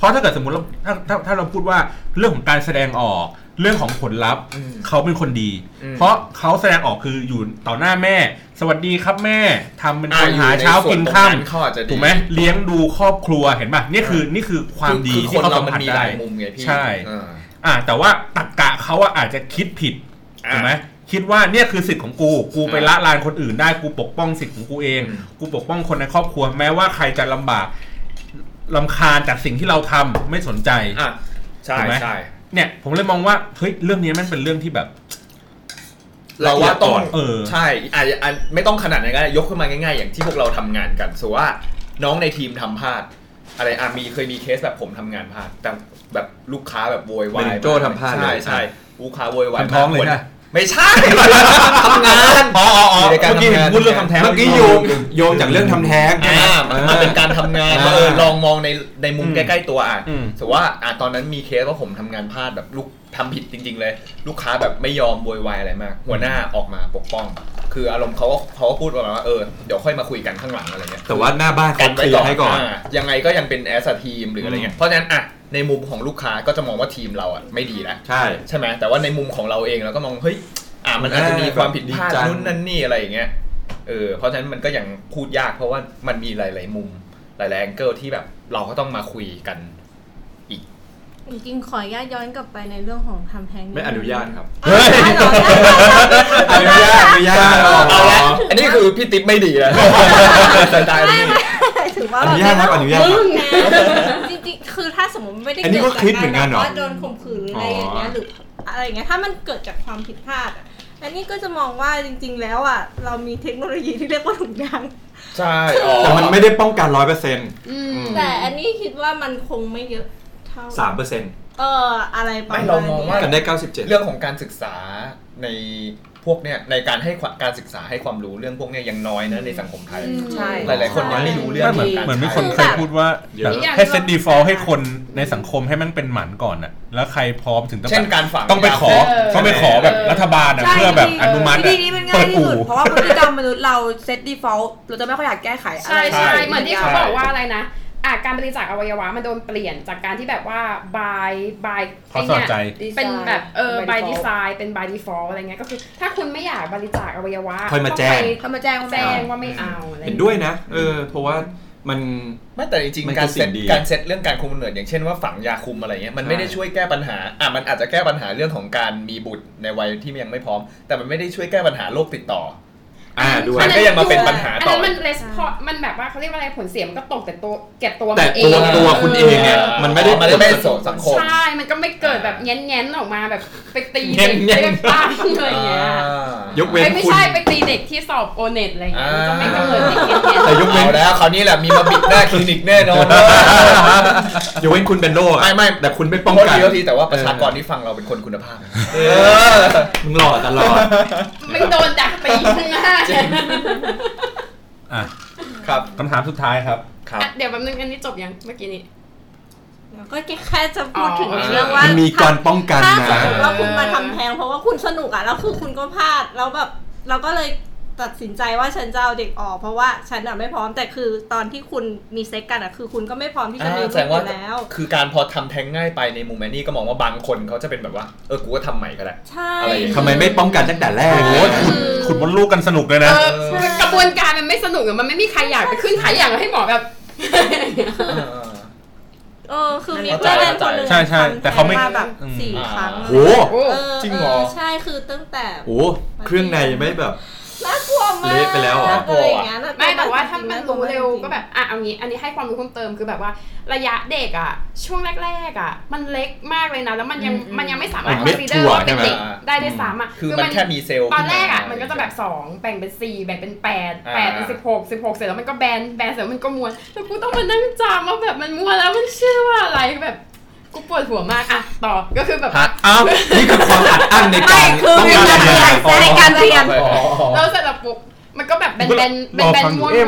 เพราะถ้าเกิดสมมติเราถ้าเราพูดว่าเรื่องของการแสดงออกเรื่องของผลลัพธ์เขาเป็นคนดีเพราะเขาแสดงออกคืออยู่ต่อหน้าแม่สวัสดีครับแม่ทำเป็นคนหาเช้ากินค่ำถูกไหมเลี้ยงดูครอบครัวเห็นป่ะนี่คือความดีที่เขาสัมผัสได้ใช่แต่ว่าตรรกะเขาอาจจะคิดผิดถูกไหมคิดว่าเนี่ยคือสิทธิ์ของกูไปละลานคนอื่นได้กูปกป้องสิทธิ์ของกูเองกูปกป้องคนในครอบครัวแม้ว่าใครจะลำบากรำคาญจากสิ่งที่เราทำไม่สนใจใช่ใช่เนี่ยผมเลยมองว่าเฮ้ยเรื่องนี้มันเป็นเรื่องที่แบบเราว่าต้องใช่ไม่ต้องขนาดนั้นก็ยกขึ้นมาง่ายๆอย่างที่พวกเราทำงานกันสมมุติว่าน้องในทีมทำพลาดอะไรเคยมีเคสแบบผมทำงานพลาดแต่แบบลูกค้าแบบโวยวายโจ้ทำพลาดใช่ลูกค้าโวยวายทำท้องเลยนะไม่ใช่ทำงานเมื่อกี้เห็นพูดเรื่องทำแท้งเมื่อกี้โยงจากเรื่องทำแท้งมันเป็นการทำงานลองมองในมุมใกล้ๆตัวสมมติว่าตอนนั้นมีเคสว่าผมทำงานพลาดแบบลูกทำผิดจริงๆเลยลูกค้าแบบไม่ยอมโวยวายอะไรมากหัวหน้าออกมาปกป้องคืออารมณ์เขาก็พูดประมาณว่าเดี๋ยวค่อยมาคุยกันข้างหลังอะไรเงี้ยแต่ว่าหน้าบ้านเขาเคลียร์ให้ก่อนยังไงก็ยังเป็นแอสทีมหรืออะไรเงี้ยเพราะฉะนั้นในมุมของลูกค้าก็จะมองว่าทีมเราไม่ดีแล้วใช่ไหมแต่ว่าในมุมของเราเองเราก็มองเฮ้ยมันอาจจะมีความผิดพลาดนู่นนั่นนี่อะไรอย่างเงี้ยเพราะฉะนั้นมันก็ยังพูดยากเพราะว่ามันมีหลายๆมุมหลายๆแองเกิลที่แบบเราก็ต้องมาคุยกันอีกจริงๆขออนุญาตย้อนกลับไปในเรื่องของทำแท้งไม่อนุญาตครับอนุญาตเอาละอันนี้คือพี่ติ๊บไม่ดีแล้วตายๆนี่ถือว่าอนุญาตครับอนุญาตจริงๆคือถ้าสมมติไม่ได้เกิดจากการว่าโดนข่มขืนหรืออะไรอย่างเงี้ยหรืออะไรอย่างเงี้ยถ้ามันเกิดจากความผิดพลาดอันนี้ก็จะมองว่าจริงๆแล้วเรามีเทคโนโลยีที่เรียกว่าถุงยางใช่แต่มันไม่ได้ป้องกัน 100% แต่อันนี้คิดว่ามันคงไม่เยอะเท่า 3% อะไรประมาณนี้เรามองว่ากันได้97 เรื่องของการศึกษาในพวกเนี้ยในการให้การศึกษาให้ความรู้เรื่องพวกเนี้ยยังน้อยนะในสังคมไทยหลายๆคนยังไม่รู้เรื่องเหมือนมีคนเคยพูดว่าให้เซตดีฟอลต์ให้คนในสังคมให้มันเป็นหมันก่อนน่ะแล้วใครพร้อมถึงต้องไปขอแบบรัฐบาลเพื่อแบบอนุมัติทีนี้มันง่ายที่สุดเพราะว่าพฤติกรรมมนุษย์เราเซตดีฟอลต์เราจะไม่ค่อยอยากแก้ไขอะไรใช่เหมือนที่เขาบอกว่าอะไรนะการบริจาคอวัยวะมันโดนเปลี่ยนจากการที่แบบว่า by เป็นแบบby design เป็น by default อะไรเงี้ยก็คือถ้าคุณไม่อยากบริจาคอวัยวะค่อยมาแจ้งว่าไม่เอาเห็นด้วยนะเพราะว่ามันไม่แต่จริงๆการเซตเรื่องการคุมกำเนิดอย่างเช่นว่าฝังยาคุมอะไรเงี้ยมันไม่ได้ช่วยแก้ปัญหามันอาจจะแก้ปัญหาเรื่องของการมีบุตรในวัยที่ยังไม่พร้อมแต่มันไม่ได้ช่วยแก้ปัญหาโรคติดต่อมันก็ยังมาเป็นปัญหาต่อมันมันแบบว่าเขาเรียกว่าอะไรผลเสียมันก็ตกแต่ตัวแต่ตัวคุณเองเนี่ยมันไม่ได้ส่งสังคมใช่มันก็ไม่เกิดแบบแง้นๆออกมาแบบไปตีเด็กไม่ป้าอะไรอย่างเงี้ยยกเว้นไม่ใช่ไปตีเด็กที่สอบโอเน็ตอะไรอย่างเงี้ยก็ไม่กำเนิดเด็กแง้นแต่ยกเว้นแล้วคราวนี้แหละมีมาบิดหน้าคลินิกแน่นอนยกเว้นคุณเป็นโรคไม่แต่คุณไม่ป้องกันทีแต่ว่าประชากรที่ฟังเราเป็นคนคุณภาพมึงหล่อตลอดไม่โดนดักตีข้างหน้าครับคำถามสุดท้ายครับเดี๋ยวแป๊บนึงอันนี้จบยังเมื่อกี้นี้ก็แค่จะพูดถึงเรื่องว่ามีการป้องกันนะถ้าสมมติว่าคุณมาทำแท้งเพราะว่าคุณสนุกแล้วคือคุณก็พลาดแล้วแบบเราก็เลยตัดสินใจว่าฉันจะเอาเด็กออกเพราะว่าฉันไม่พร้อมแต่คือตอนที่คุณมีเซ็กกันคือคุณก็ไม่พร้อมที่จะมีลูกแล้วคือการพอทำแท้งง่ายไปในมุมนี้ก็มองว่าบางคนเขาจะเป็นแบบว่ากูก็ทำใหม่ก็ได้ใช่ทำไมไม่ป้องกันตั้งแต่แรกขุดมดลูกกันสนุกเลยนะกระบวนการมันไม่สนุกมันไม่มีใครอยากไปขึ้นขายอย่างให้หมอแบบคือมีเพื่อนเล่นคนนึงใช่แต่เขาไม่แบบ4 ครั้งโอ้จริงเหรอใช่คือตั้งแต่เครื่องในไม่แบบน่ากลัวมากเละไปแล้วน่ากลัวไม่แต่ว่าถ้ามันรู้เร็วก็แบบเอางี้อันนี้ให้ความรู้เพิ่มเติมคือแบบว่าระยะเด็กช่วงแรกๆมันเล็กมากเลยนะแล้วมันยังไม่สามารถคอนซีเดอร์ว่าเป็นเด็กได้ด้วยซ้ำคือมันแค่มีเซลล์ตอนแรกมันก็จะแบบ2แบ่งเป็น4แบ่งเป็น8เป็น16เสร็จแล้วมันก็แบนเสร็จแล้วมันก็ม้วนแล้วกูต้องมานั่งจำว่าแบบมันม้วนแล้วมันชื่อว่าอะไรแบบกูปวดหัวมากต่อก็คือแบบนี่คือความอัดอั้นในการต้องการเรียนแล้วเสร็จแล้วปุ๊บมันก็แบบแบนม้วน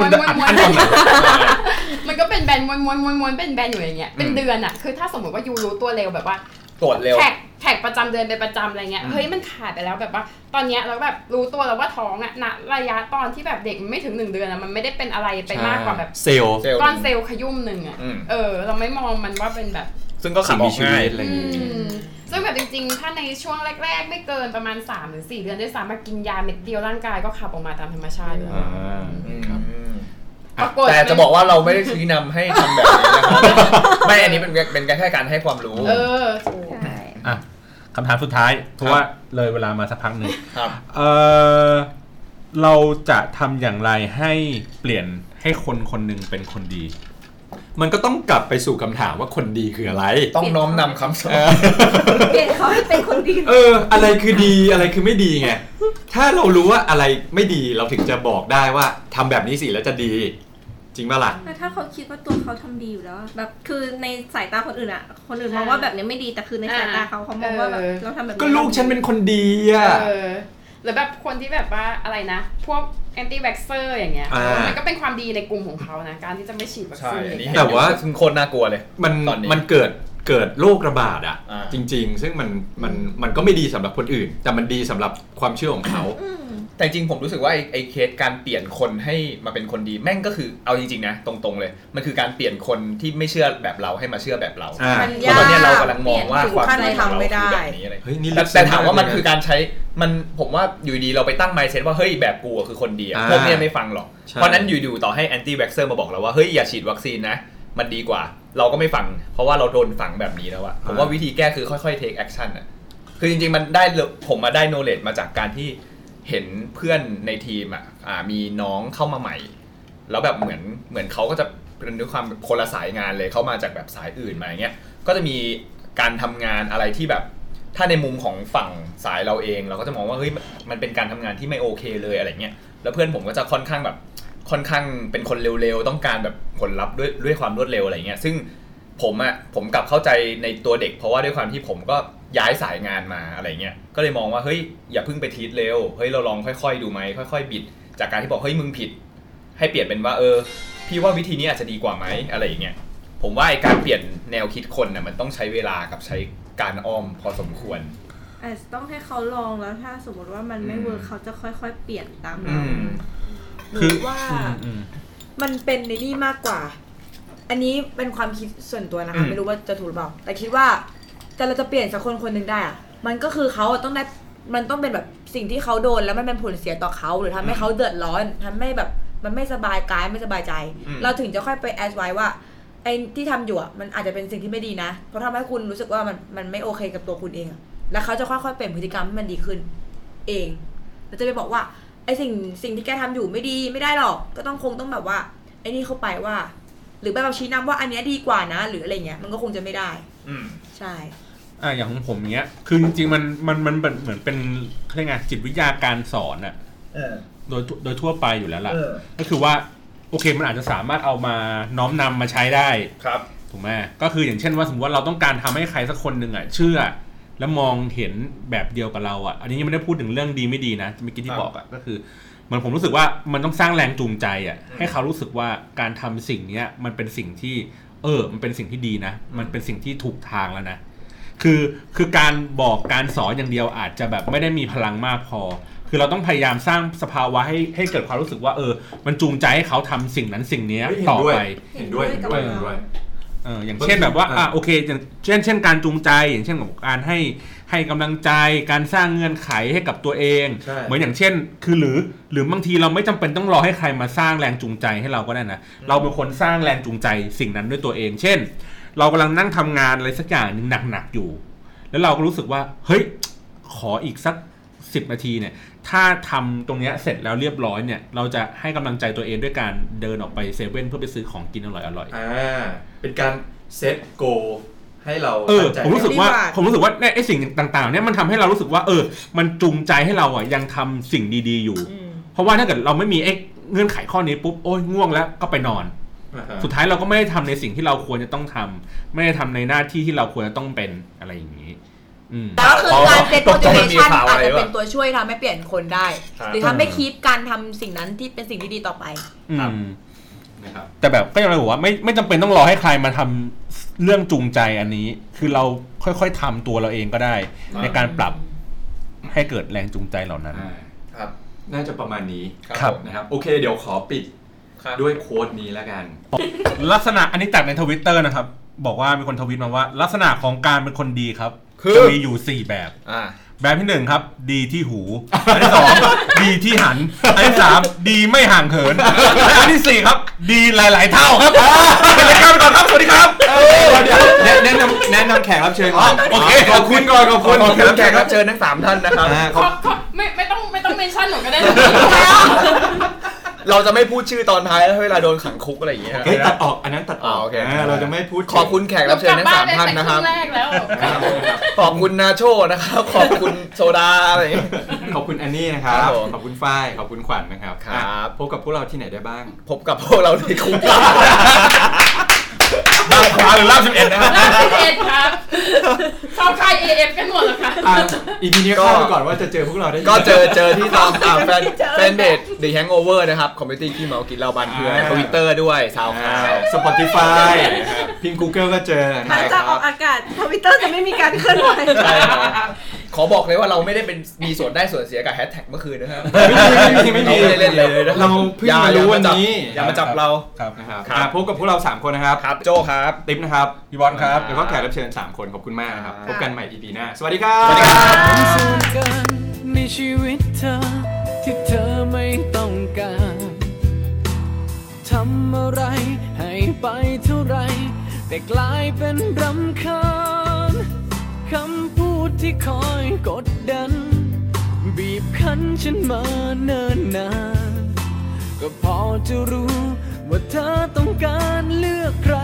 มันก็เป็นแบนม้วนเป็นแบนอยู่อย่างเงี้ยเป็นเดือนคือถ้าสมมติว่ายูรู้ตัวเร็วแบบว่าตรวจเร็วแแท็กประจำเดือนเป็นประจำอะไรเงี้ยเฮ้ยมันขาดไปแล้วแบบว่าตอนเนี้ยเราแบบรู้ตัวแล้วว่าท้องอ่ะณระยะตอนที่แบบเด็กไม่ถึง1 เดือนอ่ะมันไม่ได้เป็นอะไรไปมากกว่าแบบเซลล์ก้อนเซลล์ขยุ่มนึงอ่ะเราไม่มองมันว่าเป็นแบบซึ่งก็ขับออกง่ายอะไรอย่างงี้ซึ่งแบบจริงๆถ้าในช่วงแรกๆไม่เกินประมาณ3 หรือ 4 เดือนด้วยซ้ำมากินยาเม็ดเดียวร่างกายก็ขับออกมาตามธรรมชาติเลยแต่จะบอกว่าเราไม่ได้ชี้นำให้ทำแบบนี้นะครับไม่อันนี้เป็นแค่การให้ความรู้ใช่คำถามสุดท้ายเพราะว่าเลยเวลามาสักพักหนึ่งเราจะทำอย่างไรให้เปลี่ยนให้คนคนหนึ่งเป็นคนดีมันก็ต้องกลับไปสู่คำถามว่าคนดีคืออะไรต้องน้อมนำคำสอนเปลี่ยนเขาให้เป็นคนดีอะไรคือดีอะไรคือไม่ดีไงถ้าเรารู้ว่าอะไรไม่ดีเราถึงจะบอกได้ว่าทำแบบนี้สิแล้วจะดีจริงป่ะล่ะแต่ถ้าเขาคิดว่าตัวเขาทำดีอยู่แล้วแบบคือในสายตาคนอื่นอ่ะคนอื่นมองว่าแบบนี้ไม่ดีแต่คือในสายตาเขามองว่าแบบเราทำแบบก็ลูกฉันเป็นคนดีอ่ะหรือแบบคนที่แบบว่าอะไรนะพวกแอนตี้แว็กเซอร์อย่างเงี้ยมันก็เป็นความดีในกลุ่มของเขานะการที่จะไม่ฉีดวัคซีนแต่ว่าโคนน่ากลัวเลยมันเกิดโรคระบาดอ่ะจริงๆซึ่งมันก็ไม่ดีสำหรับคนอื่นแต่มันดีสำหรับความเชื่อของเขาแต่จริงผมรู้สึกว่าไอ้เคสการเปลี่ยนคนให้มาเป็นคนดีแม่งก็คือเอาจริงๆนะตรงๆเลยมันคือการเปลี่ยนคนที่ไม่เชื่อแบบเราให้มาเชื่อแบบเราเพราะตอนนี้เรากำลังมองว่าความเชื่อของเราคือแบบนี้อะไรแต่ถามว่ามันคือการใช้มันผมว่าอยู่ดีเราไปตั้ง mindset ว่าเฮ้ยแบบกูคือคนดีพวกนี้ไม่ฟังหรอกเพราะนั้นอยู่ๆต่อให้ anti vaxxer มาบอกเราว่าเฮ้ยอย่าฉีดวัคซีนนะมันดีกว่าเราก็ไม่ฟังเพราะว่าเราโดนฝังแบบนี้แล้วอะผมว่าวิธีแก้คือค่อยๆ take action อะคือจริงๆมันได้ผมมาได้ knowledge มาจากการที่เห็นเพื่อนในทีมมีน้องเข้ามาใหม่แล้วแบบเหมือนเขาก็จะเป็นด้วยความคนละสายงานเลยเข้ามาจากแบบสายอื่นมาอย่างเงี้ยก็จะมีการทำงานอะไรที่แบบถ้าในมุมของฝั่งสายเราเองเราก็จะมองว่าเฮ้ยมันเป็นการทำงานที่ไม่โอเคเลยอะไรเงี้ยแล้วเพื่อนผมก็จะค่อนข้างเป็นคนเร็วๆต้องการแบบผลลัพธ์ด้วยความรวดเร็วอะไรเงี้ยซึ่งผมกลับเข้าใจในตัวเด็กเพราะว่าด้วยความที่ผมก็ย้ายสายงานมาอะไรเงี้ยก็เลยมองว่าเฮ้ยอย่าเพิ่งไปทีทเร็วเฮ้ยเราลองค่อยๆดูไหมค่อยๆบิดจากการที่บอกเฮ้ยมึงผิดให้เปลี่ยนเป็นว่าพี่ว่าวิธีนี้อาจจะดีกว่าไหมอะไรอย่างเงี้ยผมว่าไอ้การเปลี่ยนแนวคิดคนน่ะมันต้องใช้เวลากับใช้การอ้อมพอสมควรต้องให้เขาลองแล้วถ้าสมมติว่ามันไม่เวิร์คเขาจะค่อยๆเปลี่ยนตามเราคือว่ามันเป็นในนี่มากกว่าอันนี้เป็นความคิดส่วนตัวนะคะไม่รู้ว่าจะถูกหรือเปล่าแต่คิดว่าแต่เราจะเปลี่ยนสักคนนึงได้อะมันก็คือเขาต้องได้มันต้องเป็นแบบสิ่งที่เขาโดนแล้วมันเป็นผลเสียต่อเขาหรือทำให้เขาเดือดร้อนทำให้แบบมันไม่สบายกายไม่สบายใจเราถึงจะค่อยไปแอดไว้ว่าไอ้ที่ทำอยู่มันอาจจะเป็นสิ่งที่ไม่ดีนะเพราะทำให้คุณรู้สึกว่ามันไม่โอเคกับตัวคุณเองแล้วเขาจะค่อยๆเปลี่ยนพฤติกรรมให้มันดีขึ้นเองเราจะไปบอกว่าไอ้สิ่งที่แกทำอยู่ไม่ดีไม่ได้หรอกก็คงต้องแบบว่าไอ้นี่เข้าไปว่าหรือแบบชี้นำว่าอันนี้ดีกว่านะหรืออะไรเงี้ยมันก็คงจะไม่ได้ใช่อย่างของผมเนี้ยคือจริงๆมันเหมือนเป็นเรียกไงจิตวิทยาการสอนอ่ะโดยทั่วไปอยู่แล้วล่ะก็คือว่าโอเคมันอาจจะสามารถเอามาน้อมนำมาใช้ได้ครับถูกไหมก็คืออย่างเช่นว่าสมมติว่าเราต้องการทำให้ใครสักคนหนึ่งอ่ะเชื่อแล้วมองเห็นแบบเดียวกับเราอ่ะอันนี้ยังไม่ได้พูดถึงเรื่องดีไม่ดีนะเมื่อกี้ที่บอกอ่ะก็คือเหมือนผมรู้สึกว่ามันต้องสร้างแรงจูงใจอ่ะให้เขารู้สึกว่าการทำสิ่งนี้มันเป็นสิ่งที่มันเป็นสิ่งที่ดีนะมันเป็นสิ่งที่ถูกทางแล้วนะคือการบอกการสอนอย่างเดียวอาจจะแบบไม่ได้มีพลังมากพอคือเราต้องพยายามสร้างสภาวะให้เกิดความรู้สึกว่ามันจูงใจให้เขาทำสิ่งนั้นสิ่งนี้ต่อไปเห็นด้วยอย่างเช่นแบบว่าโอเคอย่างเช่นการจูงใจอย่างเช่นกับการให้กำลังใจการสร้างเงื่อนไขให้กับตัวเองเหมือนอย่างเช่นคือหรือบางทีเราไม่จำเป็นต้องรอให้ใครมาสร้างแรงจูงใจให้เราก็ได้นะเราเป็นคนสร้างแรงจูงใจสิ่งนั้นด้วยตัวเองเช่นเรากำลังนั่งทำงานอะไรสักอย่างนึงหนักๆอยู่แล้วเราก็รู้สึกว่าเฮ้ยขออีกสัก10 นาทีเนี่ยถ้าทำตรงนี้เสร็จแล้วเรียบร้อยเนี่ยเราจะให้กำลังใจตัวเองด้วยการเดินออกไปเซเว่นเพื่อไปซื้อของกินอร่อยๆเป็นการเซตโกให้เราผมรู้สึกว่าเนี่ยไอ้สิ่งต่างๆเนี่ยมันทำให้เรารู้สึกว่ามันจูงใจให้เรายังทำสิ่งดีๆอยู่เพราะว่าถ้าเกิดเราไม่มีไอ้เงื่อนไขข้อนี้ปุ๊บโอ้ยง่วงแล้วก็ไปนอนสุดท้ายเราก็ไม่ได้ทำในสิ่งที่เราควรจะต้องทำไม่ได้ทำในหน้าที่ที่เราควรจะต้องเป็นอะไรอย่างนี้แต่ก็คือการเซตโมทิเวชั่นอาจจะเป็นตัวช่วยทำให้เปลี่ยนคนได้หรือทำให้คีปการทำสิ่งนั้นที่เป็นสิ่งที่ดีต่อไปแต่แบบก็ยังบอกว่าไม่จำเป็นต้องรอให้ใครมาทำเรื่องจูงใจอันนี้คือเราค่อยๆทำตัวเราเองก็ได้ในการปรับให้เกิดแรงจูงใจเหล่านั้นครับน่าจะประมาณนี้ครับนะครับโอเคเดี๋ยวขอปิดด้วยโค้ดนี้แล้วกันลักษณะอันนี้จากใน Twitter นะครับบอกว่ามีคนทวีตมาว่าลักษณะของการเป็นคนดีครับจะมีอยู่4แบบแบบที่1ครับดีที่หูอันที่2ดีที่หันอันที่3ดีไม่ห่างเหินและอันที่4ครับดีหลายๆเท่าครับเป็นรายการไปก่อนครับสวัสดีครับแนะนำแขกรับเชิญก่อนโอเคขอบคุณก่อนขอบคุณแขกรับเชิญทั้ง3ท่านนะครับไม่ต้องเมนชั่นหนูก็ได้เราจะไม่พูดชื่อตอนท้ายแล้วเวลาโดนขังคุกอะไรอย่างเงี้ยตัดออกอันนั้นตัดออกเราจะไม่พูดขอบคุณแขกรับเชิญทั้ง3ท่านนะครับขอบคุณนาโชนะครับขอบคุณโซดาอะไรขอบคุณอันนี่นะครับขอบคุณฝ้ายขอบคุณขวัญนะครับพบกับพวกเราที่ไหนได้บ้างพบกับพวกเราในคุกลาบขวาหรือลาบ11นะครับลาบ11ครับเข้าค่าย AF กันหมดแล้วค่ะ EP นี้เข้าไปก่อนว่าจะเจอพวกเราได้ก็เจอที่ตามแฟนเพจ The Hangover นะครับคอมมิวนิตี้ขี้เมากินเหล้าบ้านเพื่อน Twitter ด้วย SoundCloud Spotify พิมพ์ Google ก็เจอมันจะออกอากาศ Twitter จะไม่มีการเคลื่อนไหวใช่ครับขอบอกเลยว่าเราไม่ได้เป็นมีส่วนได้ส่วนเสียกับแฮชแท็กเมื่อคืนนะครับไม่มีเล่นเลยเราเพิ่งมารู้วันนี้อย่ามาจับเราครับพบกับพวกเรา3คนนะครับโจครับติ๊บนะครับพี่บอลครับแล้วก็แขกรับเชิญ3คนขอบคุณมากนะครับพบกันใหม่ EP หน้าสวัสดีครับในชีวิตเธอที่เธอไม่ต้องการทำอะไรให้ไปเท่าไรแต่กลายเป็นรำคาญคำพูดที่คอยกดดันบีบคั้นฉันมาเนิ่นนานก็พอจะรู้ว่าเธอต้องการเลือกใคร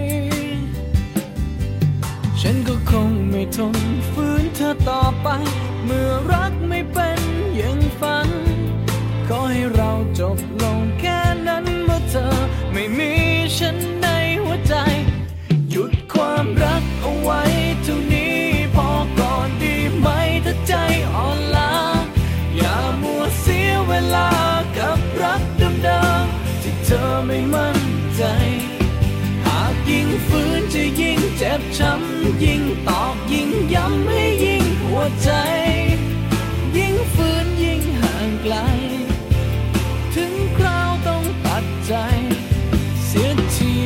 ฉันก็คงไม่ทนฝืนเธอต่อไปเมื่อรักไม่เป็นอย่างฝันขอให้เราจบลงแค่นั้นเมื่อเธอไม่มีฉันในหัวใจหยุดความรักเอาไว้เท่านี้พอก่อนดีไหมถ้าใจอ่อนล้าอย่ามัวเสียเวลากับรักเดิมๆที่เธอไม่มั่นใจหากยิ่งฝืนจะยิ่งเจ็บช้ำยิ่งตอกยิ่งย้ำให้ยิ่งหัวใจยิ่งฝืนยิ่งห่างไกลถึงคราวต้องตัดใจเสียที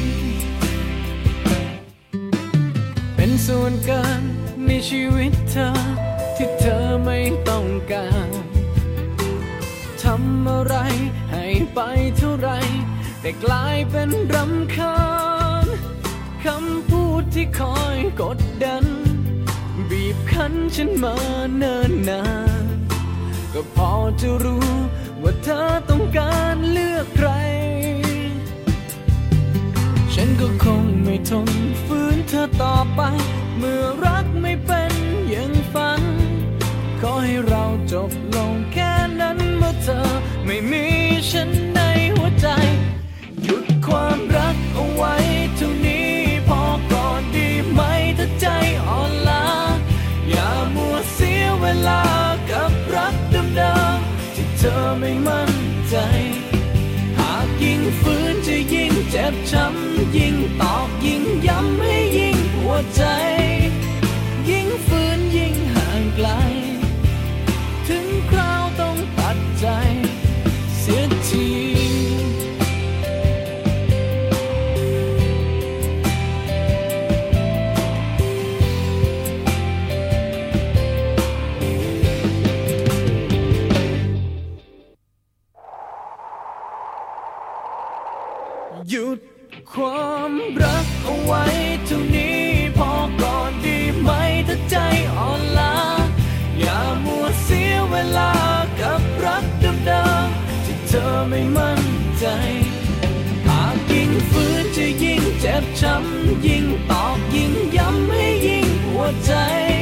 เป็นส่วนเกินในชีวิตเธอที่เธอไม่ต้องการทำอะไรให้ไปเท่าไรแต่กลายเป็นรำคาญคำพูดที่คอยกดดันบีบคั้นฉันมาเนิ่นนานก็พอจะรู้ว่าเธอต้องการเลือกใครฉันก็คงไม่ทนฝืนเธอต่อไปเมื่อรักไม่เป็นอย่างฝันขอให้เราจบลงแค่นั้นเมื่อเธอไม่มีฉันในหัวใจหยุดความรักเอาไว้เท่านี้พอก่อนดีไหมถ้าใจอ่อนล้าอย่ามัวเสียเวลากับรักเดิมๆที่เธอไม่มั่นใจหากยิ่งฝืนจะยิ่งเจ็บช้ำยิ่งตอกยิ่งย้ำให้ยิ่งหัวใจยิ่งฝืนยิ่งห่างไกลถึงคราวต้องตัดใจเสียทีหยุดความรักเอาไว้เท่านี้พอก่อนดีไหมถ้าใจอ่อนล้าอย่ามัวเสียเวลากับรักเดิมๆที่เธอไม่มั่นใจหากยิ่งฝืนจะยิ่งเจ็บช้ำยิ่งตอกยิ่งย้ำให้ยิ่งหัวใจ